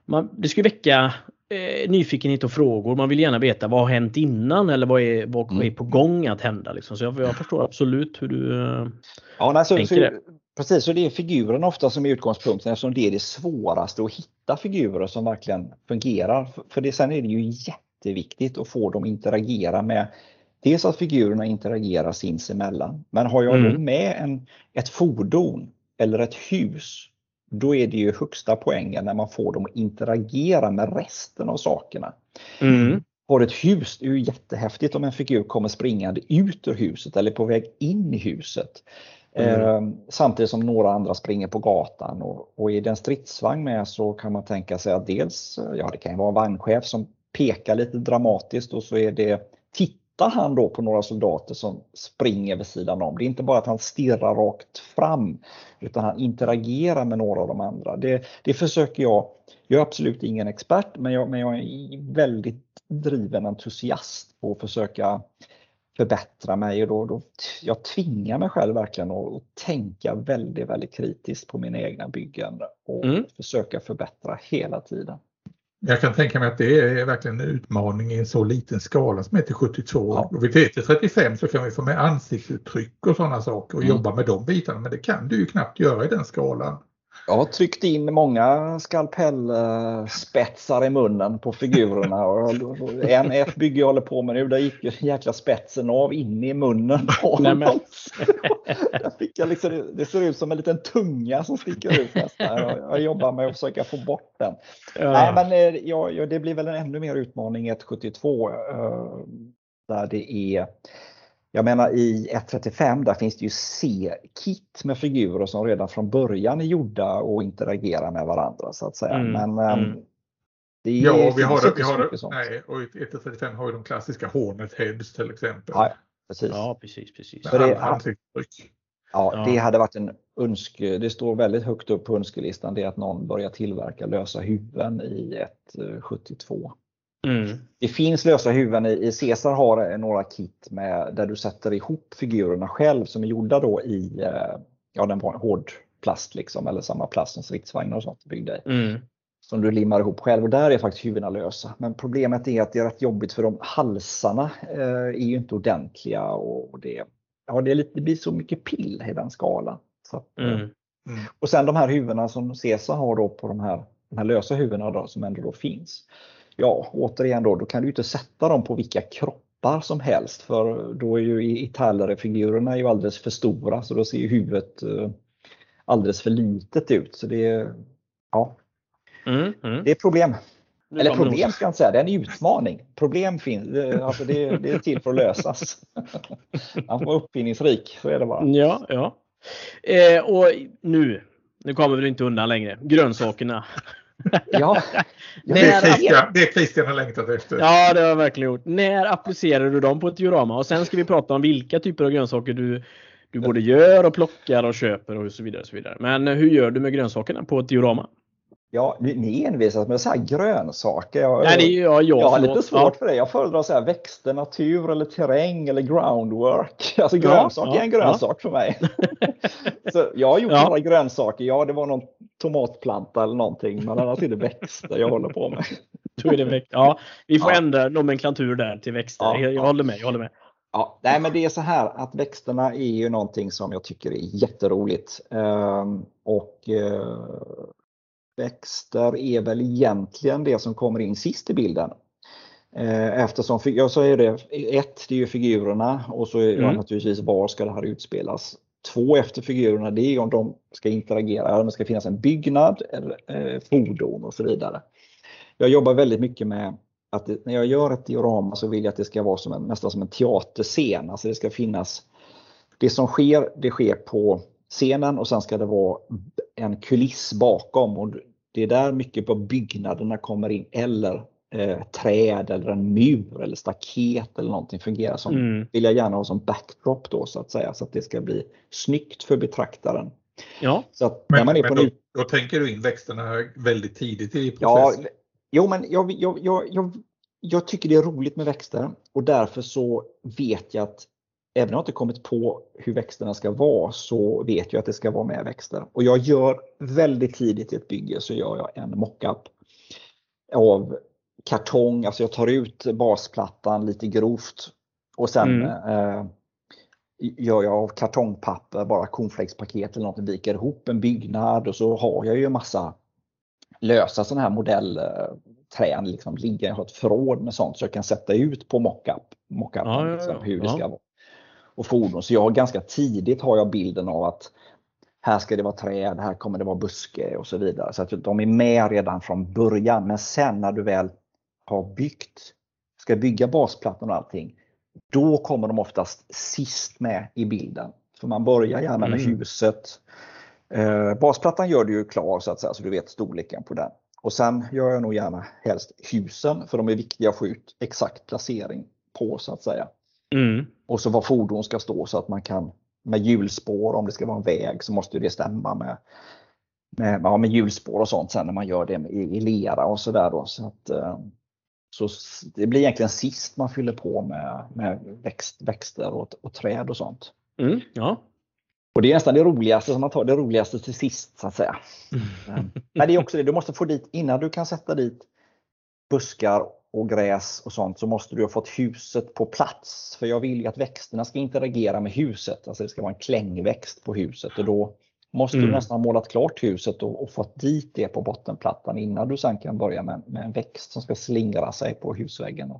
det ska väcka nyfikenhet och frågor. Man vill gärna veta vad har hänt innan eller vad är på gång att hända. Liksom. Så jag förstår absolut hur du tänker det. Precis, och det är figuren ofta som är utgångspunkten eftersom det är det svåraste att hitta figurer som verkligen fungerar. För sen är det ju jätteviktigt att få dem interagera med, dels att figurerna interagerar sinsemellan. Men har jag då med ett fordon eller ett hus, då är det ju högsta poängen när man får dem att interagera med resten av sakerna. Har ett hus, det är ju jättehäftigt om en figur kommer springande ut ur huset eller på väg in i huset. Samtidigt som några andra springer på gatan och är det en stridsvagn med så kan man tänka sig att dels, det kan ju vara en vagnchef som pekar lite dramatiskt och så är det, tittar han då på några soldater som springer vid sidan om. Det är inte bara att han stirrar rakt fram utan han interagerar med några av de andra. Det försöker jag är absolut ingen expert men jag är väldigt driven entusiast på att försöka förbättra mig och då jag tvingar mig själv verkligen att tänka väldigt, väldigt kritiskt på mina egna byggen och försöka förbättra hela tiden. Jag kan tänka mig att det är verkligen en utmaning i en så liten skala som är till 72. Ja. Och vid T35 så kan vi få med ansiktsuttryck och sådana saker och jobba med de bitarna. Men det kan du ju knappt göra i den skalan. Jag har tryckt in många skalpellspetsar i munnen på figurerna. Ett bygge jag håller på med nu, där gick jäkla spetsen av in i munnen på honom. Det ser ut som en liten tunga som sticker ut nästan. Jag jobbar med att försöka få bort den. Ja. Nej, men det blir väl en ännu mer utmaning i 1.72 där det är... Jag menar i 1.35 där finns det ju C-kit med figurer som redan från början är gjorda och interagerar med varandra så att säga. Men det är vi har och i 1.35 har ju de klassiska Hornet Heads till exempel. Ja, precis. Ja, precis. Så det hade varit det står väldigt högt upp på önskelistan, det är att någon börjar tillverka lösa huvuden i 1.72. Det finns lösa huvuden i Caesar har några kit med där du sätter ihop figurerna själv som är gjorda då i den var en hård plast liksom, eller samma plast som stridsvagnar och sånt byggda i. Som du limmar ihop själv och där är faktiskt huvudena lösa. Men problemet är att det är rätt jobbigt för de halsarna är ju inte ordentliga och det blir så mycket pill i den skalan. Så att, och sen de här huvudena som Caesar har då på de här lösa huvudena då, som ändå då finns. Ja, återigen då kan du inte sätta dem på vilka kroppar som helst för då är ju Italere-figurerna ju alldeles för stora så då ser ju huvudet alldeles för litet ut så det är det är problem. Eller problem ska jag inte säga, det är en utmaning. Problem finns, alltså det är till för att lösas. Man får vara uppfinningsrik, så är det bara. Ja. Och nu kommer vi inte undan längre. Grönsakerna. Ja. Det är Christian har längtat efter. Ja, det har jag verkligen gjort. När applicerar du dem på ett diorama? Och sen ska vi prata om vilka typer av grönsaker du både gör och plockar och köper och så vidare och så vidare. Men hur gör du med grönsakerna på ett diorama? Ja, ni envisas med så här grönsaker. Jag har lite svårt för det. Jag föredrar så här växter, natur eller terräng eller groundwork. Alltså grönsak är en grönsak för mig. Så jag har gjort några grönsaker. Ja, det var någon tomatplanta eller någonting. Men annars är det växter jag håller på med. Vi får ändra nomenklatur där till växter. Jag håller med. Ja, nej, men det är så här att växterna är ju någonting som jag tycker är jätteroligt. Växter är väl egentligen det som kommer in sist i bilden. Eftersom jag säger det är ju figurerna och så är naturligtvis var ska det här utspelas. 2 efter figurerna, det är om de ska interagera, om det ska finnas en byggnad eller fordon och så vidare. Jag jobbar väldigt mycket med att när jag gör ett diorama så vill jag att det ska vara nästan som en teaterscen. Alltså det ska finnas, det som sker, det sker på scenen och sen ska det vara en kuliss bakom och det är där mycket på byggnaderna kommer in eller träd eller en mur eller staket eller någonting fungerar som vill jag gärna ha som backdrop då så att säga så att det ska bli snyggt för betraktaren. Ja. Så att när man är på då tänker du in växterna väldigt tidigt i processen. Men jag tycker det är roligt med växter och därför så vet jag att även om jag inte kommit på hur växterna ska vara så vet jag att det ska vara med växter. Och jag gör väldigt tidigt i ett bygge så gör jag en mockup. av kartong. Alltså jag tar ut basplattan lite grovt och sen gör jag av kartongpapper, bara cornflakespaket eller något, viker ihop en byggnad och så har jag ju en massa lösa sådana här modellträn liksom ligga. Jag har ett förråd med sånt så jag kan sätta ut på mockupen liksom, hur det ska vara. Och fordon. Så jag ganska tidigt har jag bilden av att här ska det vara träd, här kommer det vara buske och så vidare. Så att de är med redan från början. Men sen när du väl har ska bygga basplattan och allting, då kommer de oftast sist med i bilden. För man börjar gärna med huset. Basplattan gör du ju klar så att säga, så du vet storleken på den. Och sen gör jag nog gärna helst husen, för de är viktiga att få ut exakt placering på så att säga. Och så var fordon ska stå så att man kan med hjulspår, om det ska vara en väg så måste det stämma med hjulspår och sånt sen när man gör det i lera och sådär då. Så att så det blir egentligen sist man fyller på med växter och träd och sånt. Och det är nästan det roligaste som man tar det roligaste till sist så att säga. Men det är också det, du måste få dit, innan du kan sätta dit buskar och gräs och sånt, så måste du ha fått huset på plats. För jag vill ju att växterna ska interagera med huset. Alltså det ska vara en klängväxt på huset. Och då måste du nästan ha målat klart huset och fått dit det på bottenplattan innan du sen kan börja med en växt som ska slingra sig på husväggen.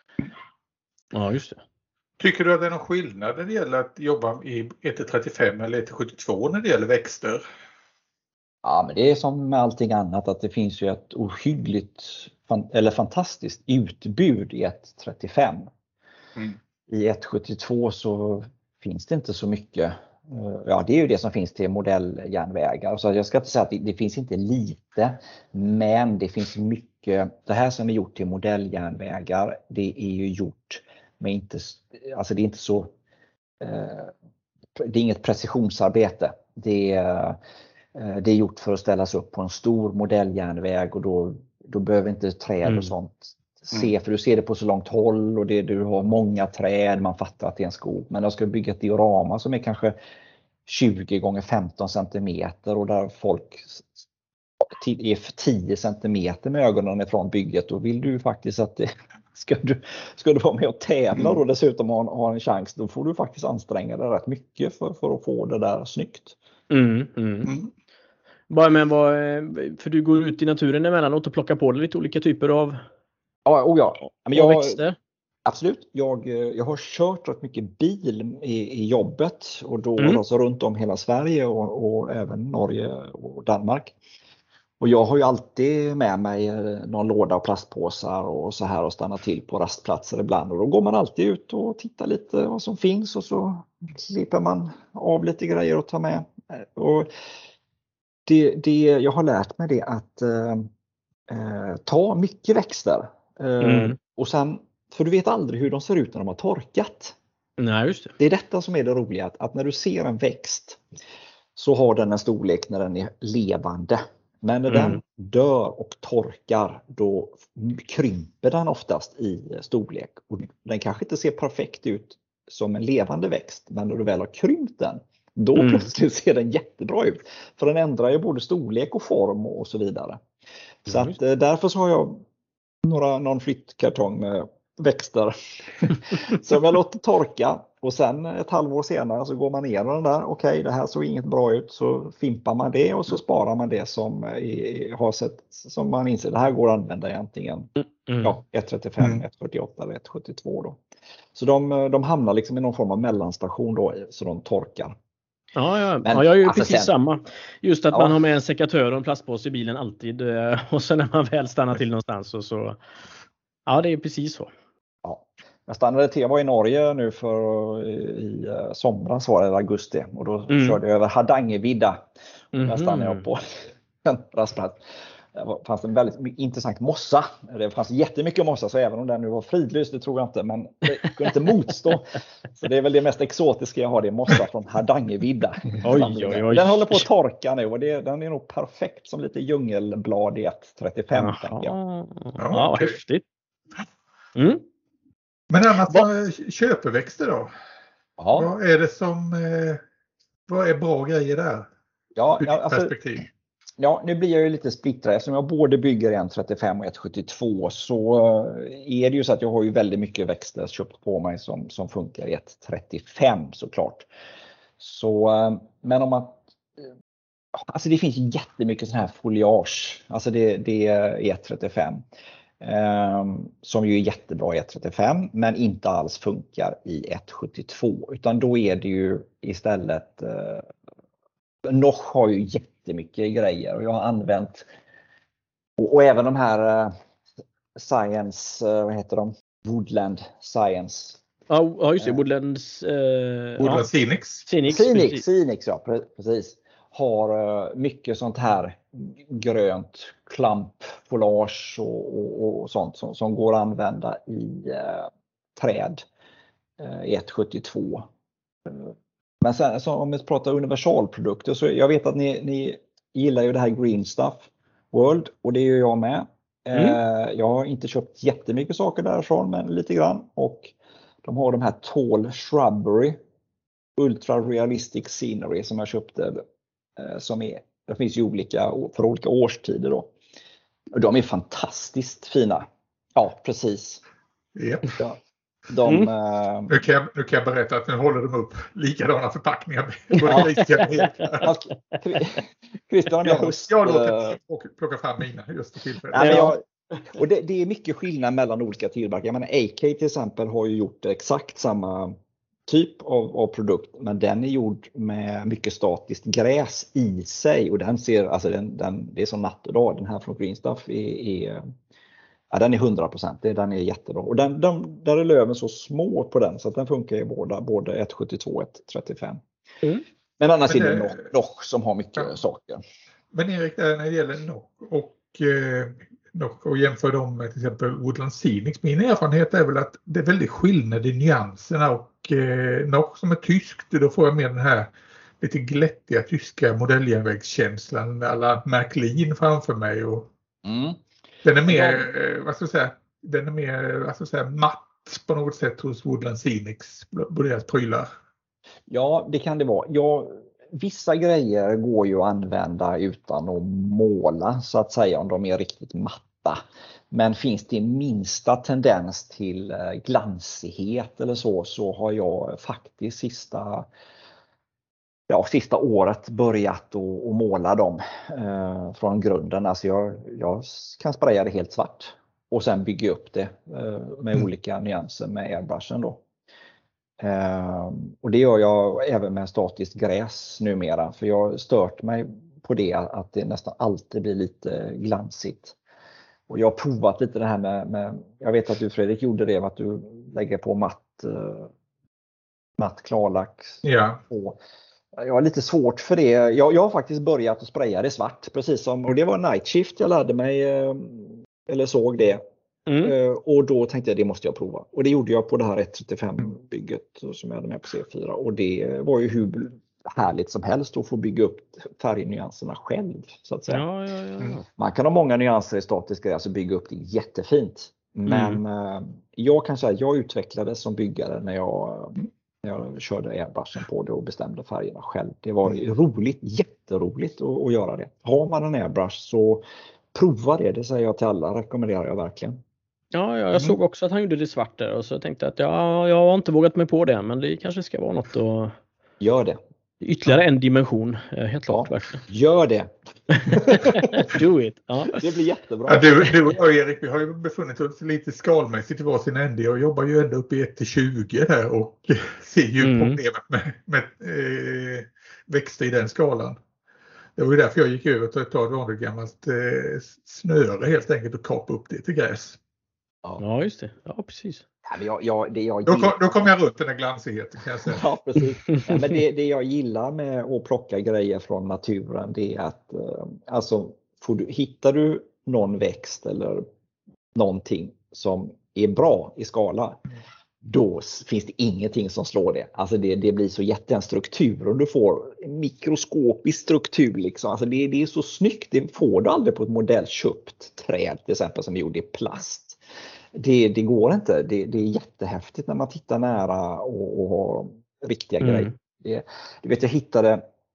Ja, just det. Tycker du att det är någon skillnad när det gäller att jobba i 1-35 eller 1-72 när det gäller växter? Ja, men det är som med allting annat att det finns ju ett ohyggligt eller fantastiskt utbud i 1.35. I 1.72 så finns det inte så mycket. Ja, det är ju det som finns till modelljärnvägar. Så jag ska inte säga att det finns inte lite, men det finns mycket. Det här som är gjort till modelljärnvägar, det är ju gjort med inte, alltså det är inte så, det är inget precisionsarbete. Det är gjort för att ställas upp på en stor modelljärnväg, och då behöver inte träd och sånt se, för du ser det på så långt håll och du har många träd, man fattar att det är en skog. Men jag ska bygga ett diorama som är kanske 20 gånger 15 centimeter och där folk är 10 centimeter med ögonen ifrån bygget, då vill du faktiskt att det ska du vara med och tävla och dessutom ha en chans, då får du faktiskt anstränga dig rätt mycket för att få det där snyggt. För du går ut i naturen emellanåt och plockar på dig lite olika typer av växter. Absolut. Jag har kört rätt mycket bil i jobbet och då alltså runt om hela Sverige och även Norge och Danmark. Och jag har ju alltid med mig någon låda av plastpåsar och så här och stannar till på rastplatser ibland. Och då går man alltid ut och tittar lite vad som finns och så slipper man av lite grejer och ta med. Och jag har lärt mig det att ta mycket växter. Och sen, för du vet aldrig hur de ser ut när de har torkat. Nej, just det. Det är detta som är det roliga, att när du ser en växt så har den en storlek när den är levande. Men när den dör och torkar, då krymper den oftast i storlek. Och den kanske inte ser perfekt ut som en levande växt, men när du väl har krympt den, då plötsligt ser den jättebra ut. För den ändrar ju både storlek och form och så vidare. Så att därför så har jag någon flyttkartong med växter som jag låter torka, och sen ett halvår senare så går man igenom den där. Okej, det här såg inget bra ut, så fimpar man det och så sparar man det som har sett, som man inser det här går att använda egentligen 1.35, 1.48 eller 1.72 då. Så de hamnar liksom i någon form av mellanstation då, så de torkar. Ja, jag gör precis samma. Just att man har med en sekatör och en plastpåse i bilen alltid. Och sen när man väl stannar till någonstans och så. Ja, det är precis så. Ja. Jag stannade till, jag var i Norge nu i somras, var det i augusti. Och då körde jag över Hardangervidda. Där stannade jag på en rastplats. Det fanns en väldigt intressant mossa. Det fanns jättemycket mossa, så även om den nu var fridlyst, det tror jag inte, men det kunde inte motstå. Så det är väl det mest exotiska jag har, det är mossa från Hardangervidda. Oj. Den håller på att torka nu och den är nog perfekt som lite djungelblad i 1.35, tänker jag. Ja, häftigt. Men annars köpeväxter då? Ja. Vad är det som vad är bra grejer där? Ja, alltså, perspektiv. Ja, nu blir jag ju lite splittrad. Eftersom jag både bygger 1.35 och 1.72 så är det ju så att jag har ju väldigt mycket växter köpt på mig som funkar i 1.35 såklart. Så, men om man... Alltså det finns jättemycket sån här foliage. Alltså det är 1.35. Som ju är jättebra i 1.35 men inte alls funkar i 1.72. Utan då är det ju istället... Noch har ju jättemycket grejer och jag har använt och även de här Science, vad heter de? Woodland Science. Ja, just det. Woodlands Scenics, ja, precis. Har mycket sånt här grönt klampfoliage och sånt som går att använda i träd i 1.72. Men sen så om vi pratar universalprodukter så jag vet att ni gillar ju det här Green Stuff World och det gör jag med. Jag har inte köpt jättemycket saker därifrån men lite grann och de har de här Tall Shrubbery Ultra Realistic Scenery som jag köpte det finns ju olika för olika årstider då. Och de är fantastiskt fina. Ja, precis. Yep. Ja. Nu kan jag berätta att nu håller de upp likadana förpackningar. Christian, jag låter plocka fram mina just för tillfället. Och det är mycket skillnad mellan olika tillverkare. Jag menar, AK till exempel har ju gjort exakt samma typ av produkt, men den är gjord med mycket statiskt gräs i sig och den ser, alltså det är som natt och dag. Den här från Green Stuff den är 100%, den är jättebra. Och där är löven så små på den så att den funkar i både 1.72 och 1.35. Men annars är det Noch som har mycket saker. Men Erik, när det gäller Noch och jämför dem med till exempel Woodland Scenics. Min erfarenhet är väl att det är väldigt skillnad i nyanserna och Noch som är tyskt, då får jag med den här lite glättiga tyska modelljärnvägskänslan med alla Märklin framför mig och den är mer matt på något sätt hos Woodland Scenics på deras prylar. Ja, det kan det vara. Vissa grejer går ju att använda utan att måla så att säga om de är riktigt matta. Men finns det minsta tendens till glansighet eller så har jag faktiskt sista året börjat att måla dem från grunden. Alltså jag kan spraya det helt svart och sen bygga upp det med olika nyanser med airbrushen då. Och det gör jag även med statiskt gräs numera, för jag har stört mig på det att det nästan alltid blir lite glansigt. Och jag har provat lite det här med jag vet att du Fredrik gjorde det, att du lägger på matt klarlack. Ja. Jag har lite svårt för det. Jag har faktiskt börjat att spraya det svart, precis som, och det var Night Shift jag lärde mig eller såg det. Och då tänkte jag det måste jag prova. Och det gjorde jag på det här 1.35 bygget som jag hade med på C4. Och det var ju hur härligt som helst att få bygga upp färgnyanserna själv så att säga. Ja. Man kan ha många nyanser i statisk gräs och bygga upp det jättefint. Men jag kan säga att jag utvecklades som byggare när jag körde airbrushen på det och bestämde färgerna själv. Det var roligt, jätteroligt att göra det. Har man en airbrush så prova det säger jag till alla, rekommenderar jag verkligen. Ja, jag såg också att han gjorde det svart där och så tänkte att jag har inte vågat mig på det, men det kanske ska vara något att... Gör det. Ytterligare en dimension, helt klart. Verkligen. Gör det. Do it. Ja. Det blir jättebra. Ja, du och jag, Erik, vi har ju befunnit oss lite skalmässigt i varsin ände. Jag jobbar ju ända upp i 1-20 här och ser ju problemet med växter i den skalan. Det var ju därför jag gick över till att ta ett vanligt gammalt snöre helt enkelt och kapa upp det till gräs. Ja, just det. Ja, precis. Då kom jag runt den här glansigheten kan jag säga. Ja, precis. Ja, men det jag gillar med att plocka grejer från naturen, det är att hittar du någon växt eller någonting som är bra i skala, då finns det ingenting som slår det. Alltså det blir så jätten struktur och du får en mikroskopisk struktur liksom. Alltså det är så snyggt, det får du aldrig på ett modellköpt träd till exempel som är gjord i plast. Det går inte, det är jättehäftigt när man tittar nära och har riktiga grejer. Du vet, jag hittade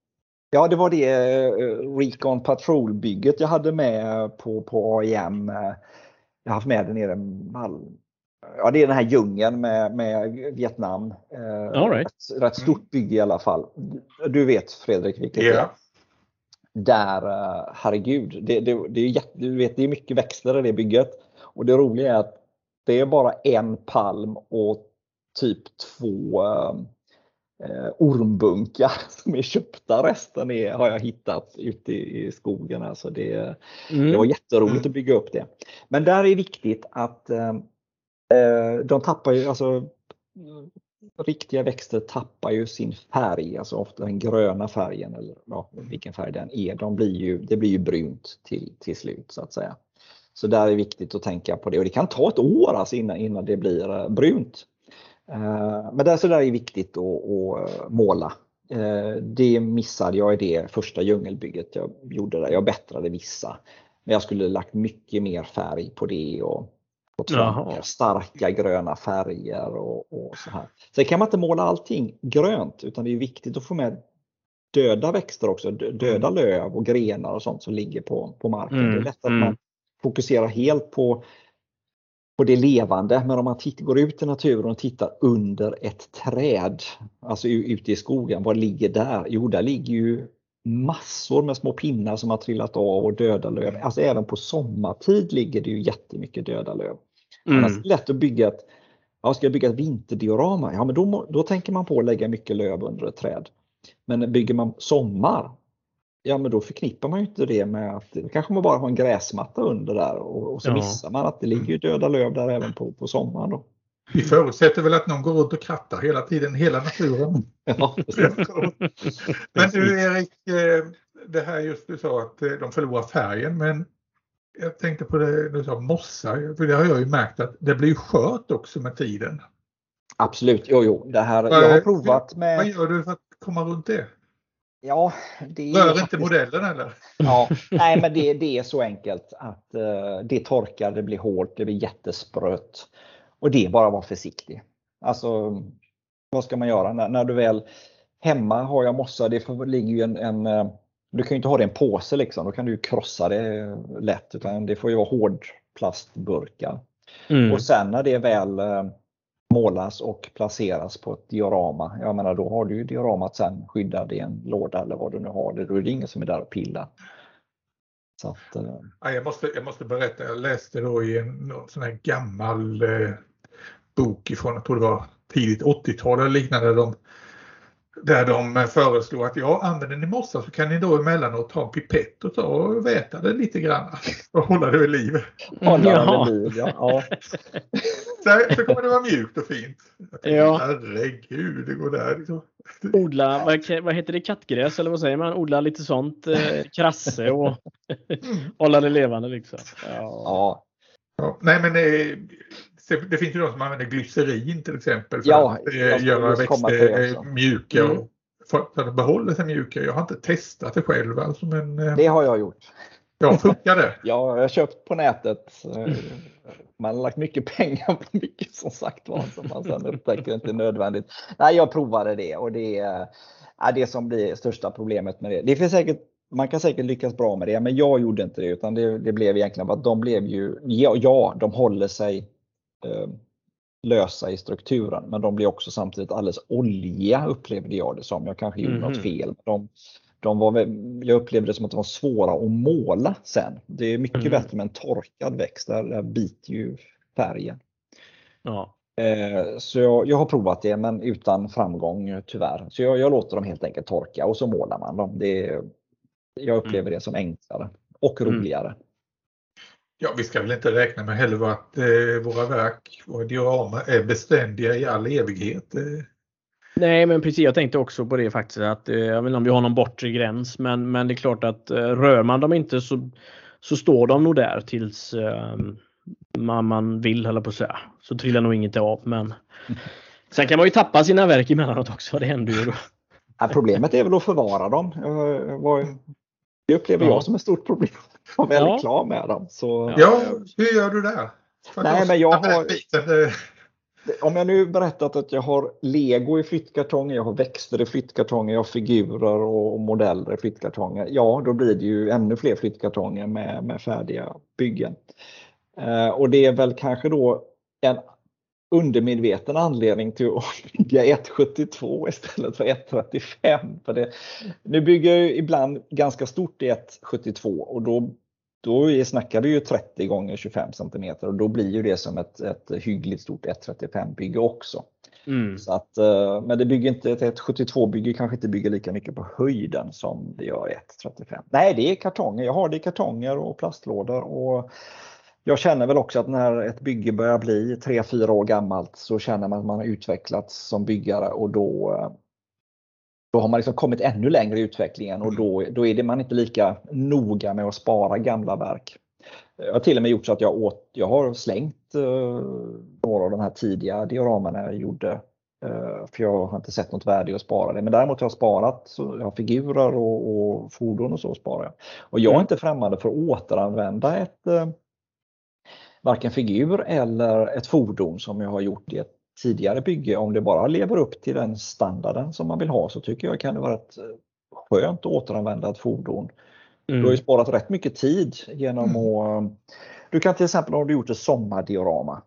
Ja, det var det Recon Patrol-bygget jag hade med på AIM. Jag har haft med det nere i Ja, det är den här djungeln med Vietnam. All right. Rätt stort bygge i alla fall. Du vet, Fredrik, vilket det är. Där, herregud, du vet, det är mycket växter i det bygget. Och det roliga är att det är bara en palm och typ 2 ormbunkar som är köpta. Resten har jag hittat ute i skogen. Alltså det var jätteroligt att bygga upp det. Men där är viktigt att de tappar ju, alltså riktiga växter tappar ju sin färg, alltså ofta den gröna färgen, eller vilken färg den är. Det blir ju brunt till slut, så att säga. Så där är viktigt att tänka på det, och det kan ta ett år alltså innan det blir brunt. Men där är viktigt att måla. Det missade jag i det första djungelbygget jag gjorde där. Jag bättrade vissa, men jag skulle lagt mycket mer färg på det och starka gröna färger och så här. Sen kan man inte måla allting grönt, utan det är viktigt att få med döda växter också, döda löv och grenar och sånt som ligger på marken. Det är lätt att man fokuserar helt på det levande, men om man går ut i naturen och tittar under ett träd, alltså ute i skogen, vad ligger där? Jo, där ligger ju massor med små pinnar som har trillat av och döda löv. Alltså även på sommartid ligger det ju jättemycket döda löv. Annars är det lätt att bygga ska jag bygga ett vinterdiorama? Ja, men då tänker man på att lägga mycket löv under ett träd. Men bygger man sommar, ja, men då förknippar man ju inte det med att kanske man bara har en gräsmatta under där, och så missar man att det ligger ju döda löv där även på sommaren då. Vi förutsätter väl att någon går runt och krattar hela tiden, hela naturen. Ja, men du Erik, det här just du sa att de förlorar färgen, men jag tänkte på det du sa, mossa, för det har jag ju märkt att det blir skört också med tiden. Absolut, jo, det här jag har provat med. Vad gör du för att komma runt det? Ja, rör inte modellen eller? Ja, nej, men det är så enkelt att det torkar, det blir hårt, det blir jättesprött. Och det är bara att vara försiktig. Alltså, vad ska man göra när du väl hemma har jag mossa, det ligger ju du kan ju inte ha det i en påse liksom, då kan du ju krossa det lätt, utan det får ju vara hårdplastburkar. Och sen när det väl målas och placeras på ett diorama, jag menar, då har du ju dioramat sen skyddad i en låda eller vad du nu har det, då är det ingen som är där och pillar. Så att, jag måste berätta, jag läste då i en sån här gammal bok ifrån, jag tror det var tidigt 80-tal eller liknande, där de föreslår att använder ni mossa så kan ni då emellanåt ta en pipett och ta och väta det lite grann och hålla det i livet. Ja. Så kommer det vara mjukt och fint. Herregud, det går där liksom. Odla, vad heter det, kattgräs eller vad säger man? Odla lite sånt, krasse och hålla det levande liksom. Ja. Nej, men det finns ju de som använder glycerin till exempel för att göra växter mjuka och för att behålla sig mjuka. Jag har inte testat det själv alltså, men det har jag gjort. Ja, funkar det? Ja, jag har köpt på nätet. Man har lagt mycket pengar på mycket som sagt var, som man sen upptäcker inte är nödvändigt. Nej, jag provade det och det är det som blir största problemet med det. Det finns säkert, man kan säkert lyckas bra med det, men jag gjorde inte det, utan det blev egentligen att de blev ju, de håller sig lösa i strukturen, men de blir också samtidigt alldeles oljiga, upplevde jag det som. Jag kanske gjorde något fel. Jag upplevde det som att de var svåra att måla sen. Det är mycket bättre med en torkad växt, där biter ju färgen. Ja. Så jag har provat det, men utan framgång tyvärr. Så jag låter dem helt enkelt torka och så målar man dem. Jag upplever det som enklare och roligare. Ja, vi ska väl inte räkna med heller att våra verk, våra diorama är beständiga i all evighet. Nej, men precis, jag tänkte också på det faktiskt, att jag vet inte om vi har någon bortre gräns, men det är klart att rör man dem inte så står de nog där tills man vill, eller på så trillar nog inget av, men sen kan man ju tappa sina verk emellanåt också, det händer ju då. Ja, problemet är väl att förvara dem. Det upplever jag som ett stort problem. Jag är väldigt klar med dem. Så, ja, hur gör du där? Nej, men jag har... Om jag nu berättat att jag har Lego i flyttkartonger, jag har växter i flyttkartonger, jag har figurer och modeller i flyttkartonger. Ja, då blir det ju ännu fler flyttkartonger med färdiga byggen. Och det är väl kanske då en undermedveten anledning till att bygga 1,72 istället för 1,35. För nu bygger jag ibland ganska stort i 1,72 och då snackar vi ju 30 gånger 25 cm och då blir ju det som ett hyggligt stort 1,35 bygge också. Så att, men det bygger inte, ett 1,72 bygge kanske inte bygger lika mycket på höjden som det gör 1,35. Nej, det är kartonger. Jag har det i kartonger och plastlådor och jag känner väl också att när ett bygge börjar bli 3-4 år gammalt så känner man att man har utvecklats som byggare och då har man liksom kommit ännu längre i utvecklingen och då är det man inte lika noga med att spara gamla verk. Jag har till och med gjort så att jag har slängt några av de här tidiga dioramerna jag gjorde för jag har inte sett något värde i att spara det. Men däremot har jag sparat, så jag har figurer och fordon och så sparar jag. Och jag är inte främmande för att återanvända varken figur eller ett fordon som jag har gjort i ett tidigare bygge. Om det bara lever upp till den standarden som man vill ha så tycker jag kan det vara ett skönt att återanvända ett fordon. Du har ju sparat rätt mycket tid genom att... Du kan till exempel, om du gjort ett sommardiorama,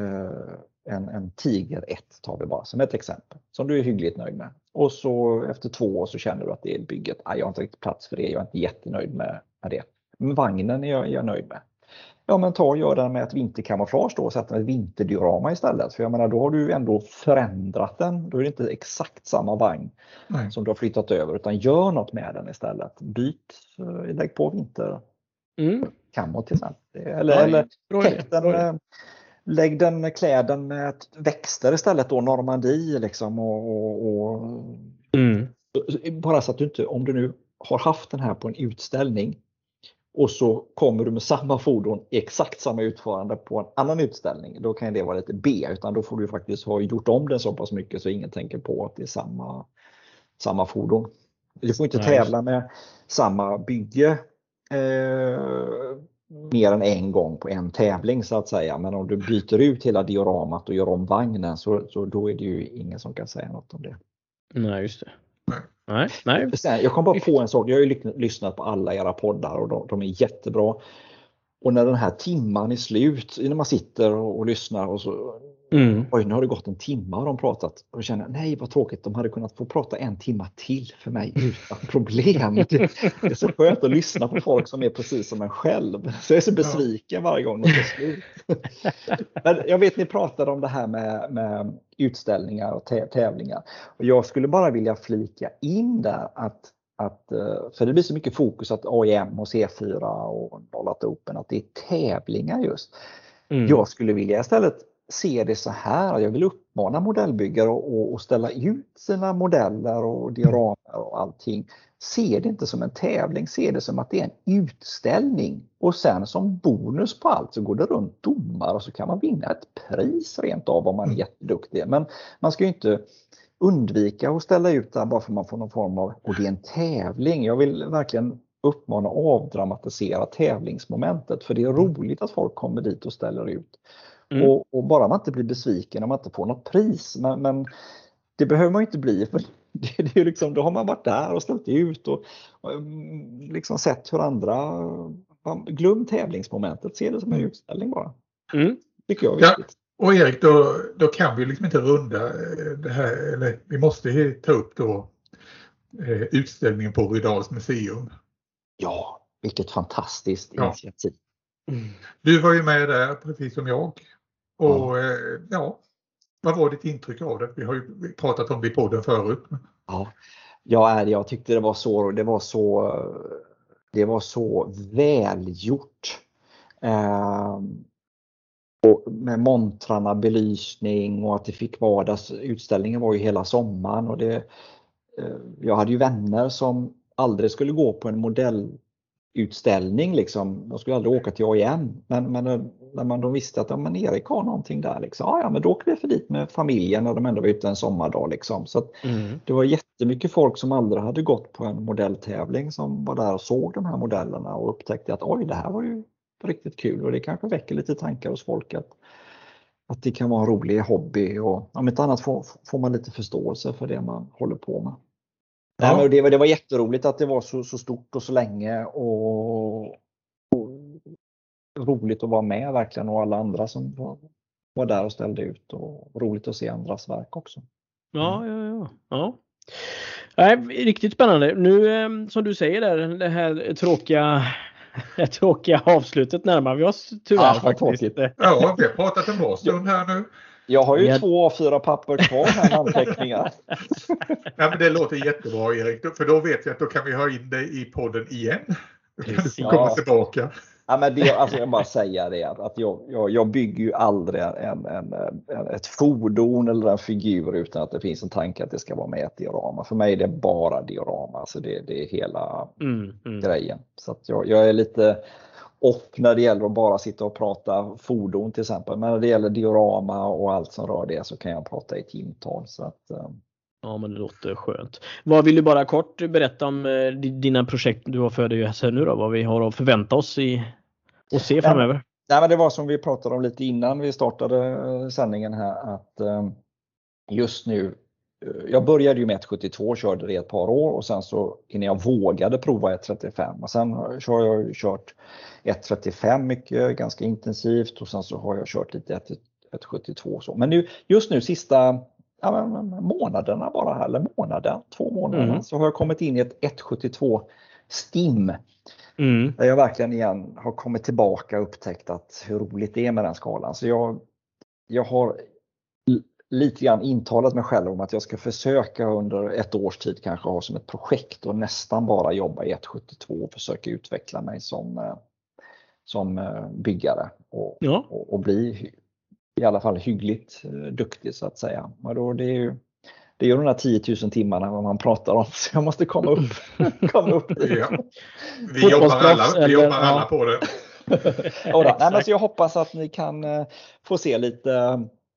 en Tiger 1 tar vi bara som ett exempel, som du är hyggligt nöjd med. Och så efter 2 år så känner du att det är bygget. Jag har inte riktigt plats för det, jag är inte jättenöjd med det. Men vagnen är jag nöjd med. Ja, men gör den med ett vinterkamouflage då och sätt ett vinterdiorama istället. För jag menar, då har du ändå förändrat den. Då är det inte exakt samma vagn som du har flyttat över, utan gör något med den istället. Lägg på vinterkamo till exempel. Eller täck den, lägg den kläden med växter istället då, Normandie liksom. Bara så att du inte, om du nu har haft den här på en utställning och så kommer du med samma fordon i exakt samma utförande på en annan utställning. Då kan det vara lite B, utan då får du faktiskt ha gjort om den så pass mycket så ingen tänker på att det är samma fordon. Du får inte tävla med samma bygge mer än en gång på en tävling så att säga. Men om du byter ut hela dioramat och gör om vagnen så då är det ju ingen som kan säga något om det. Nej, just det. Nej. Jag kom bara på en sak. Jag har ju lyssnat på alla era poddar och de är jättebra. Och när den här timman är slut, när man sitter och lyssnar och så oj, nu har det gått en timme och de pratat och jag känner, nej vad tråkigt, de hade kunnat få prata en timme till för mig utan problem. Det är så skönt att lyssna på folk som är precis som en själv. Så jag är så besviken varje gång det är slut. Men jag vet, ni pratade om det här med utställningar och tävlingar. Och jag skulle bara vilja flika in där att för det blir så mycket fokus att AIM och C4 och Nollat Open, att det är tävlingar just. Jag skulle vilja istället se det så här. Jag vill uppmana modellbyggare och ställa ut sina modeller och dioramer och allting. Se det inte som en tävling, se det som att det är en utställning. Och sen som bonus på allt så går det runt domar och så kan man vinna ett pris rent av om man är jätteduktig. Men man ska ju inte undvika att ställa ut där bara för att man får någon form av, och det är en tävling. Jag vill verkligen uppmana att avdramatisera tävlingsmomentet, för det är roligt att folk kommer dit och ställer ut. Och bara man inte blir besviken om man inte får något pris. Men det behöver man inte bli, för det är liksom, då har man varit där och ställt ut och liksom sett hur andra, glöm tävlingsmomentet, se det som en utställning bara. Tycker jag är viktigt. Ja, och Erik, då kan vi liksom inte runda det här, eller vi måste ta upp då utställningen på Rydals museum. Ja, vilket fantastiskt initiativ. Du var ju med där precis som jag. Och vad var ditt intryck av det? Vi har ju pratat om det i podden förut. Jag tyckte det var så välgjort. Och med montrarna, belysning och att det fick utställningen var ju hela sommaren. Och jag hade ju vänner som aldrig skulle gå på en modellutställning liksom. De skulle aldrig åka till AIM, men när de visste att Erik har någonting där liksom, men då åker vi för dit med familjen när de ändå var ute en sommardag liksom. Så att det var jättemycket folk som aldrig hade gått på en modelltävling som var där och såg de här modellerna och upptäckte att det här var ju riktigt kul, och det kanske väcker lite tankar hos folk att att det kan vara en rolig hobby och om inte annat får man lite förståelse för det man håller på med. Ja. Nej, men det var jätteroligt att det var så stort och så länge och roligt att vara med verkligen, och alla andra som var där och ställde ut, och roligt att se andras verk också. Ja. Nej, riktigt spännande. Nu som du säger där, det här tråkiga avslutet närmar vi oss tyvärr faktiskt. Ja, vi har pratat en bra stund här nu. Jag har ju 2 A4 papper kvar här, anteckningar. Ja, men det låter jättebra, Erik, för då vet vi att då kan vi ha in dig i podden igen. Då kan du komma tillbaka. Ja, men jag bara säga det att jag bygger ju aldrig ett fordon eller en figur utan att det finns en tanke att det ska vara med ett diorama. För mig är det bara diorama, alltså det är hela grejen. Så att jag är lite off när det gäller att bara sitta och prata fordon till exempel. Men när det gäller diorama och allt som rör det så kan jag prata i timtal. Så att, ja, men det låter skönt. Vad vill du bara kort berätta om dina projekt du har för dig här nu då? Vad vi har att förvänta oss och se framöver? Nej, men det var som vi pratade om lite innan vi startade sändningen här, att just nu, jag började ju med 1.72, körde det ett par år och sen så innan jag vågade prova 1.35 och sen har jag kört 1.35 mycket, ganska intensivt, och sen så har jag kört lite 1.72 så. Men nu, just nu sista månaderna bara här, eller 2 månader, så har jag kommit in i ett 1.72 stim. Där jag verkligen igen har kommit tillbaka och upptäckt att hur roligt det är med den skalan. Så jag har lite grann intalat mig själv om att jag ska försöka under ett års tid kanske ha som ett projekt och nästan bara jobba i 1.72 och försöka utveckla mig som byggare och bli i alla fall hyggligt duktig så att säga. Men då det är ju de där 10 000 timmarna vad man pratar om, så jag måste komma upp. Ja. Vi jobbar alla på det. Så jag hoppas att ni kan få se lite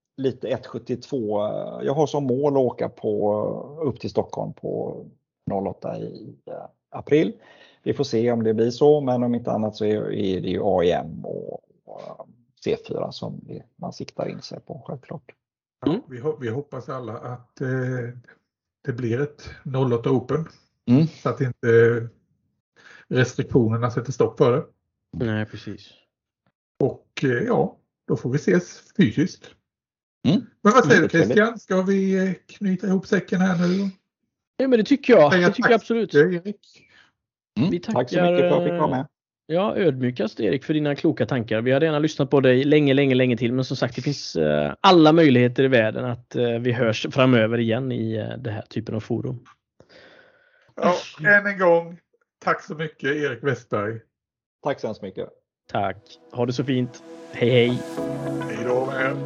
1.72. Jag har som mål att åka upp till Stockholm på 08 i april. Vi får se om det blir så, men om inte annat så är det ju AIM och C4 som man siktar in sig på, självklart. Vi hoppas alla att det blir ett 08 Open. Så att inte restriktionerna sätter stopp för det. Nej, precis. Och då får vi ses fysiskt. Men vad säger du, Christian? Ska vi knyta ihop säcken här nu? Ja, men det tycker jag. Det tycker jag absolut. Vi tackar, tack så mycket för att jag fick vara med. Ja, ödmjukast Erik för dina kloka tankar. Vi har redan lyssnat på dig länge till, men som sagt det finns alla möjligheter i världen att vi hörs framöver igen i det här typen av forum. Ja, än en gång, tack så mycket Erik Westberg. Tack så mycket. Tack, ha det så fint. Hej. Hej då med.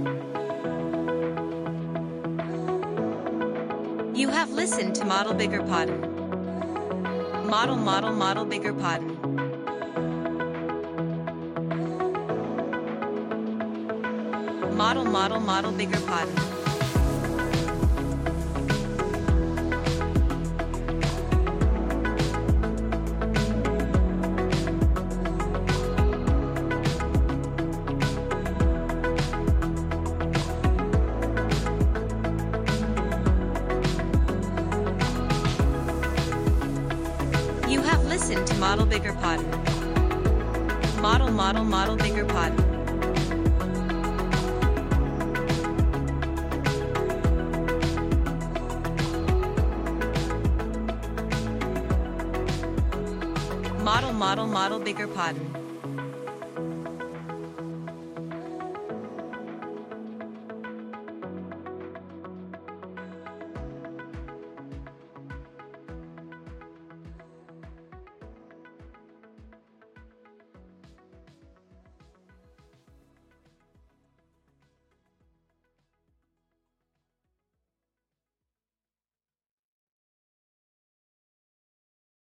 You have listened to Model Bigger Podden. Model Bigger Podden. Model Bigger Podden. You have listened to Model Bigger Podden. Model Bigger Podden. Model Bigger Podden.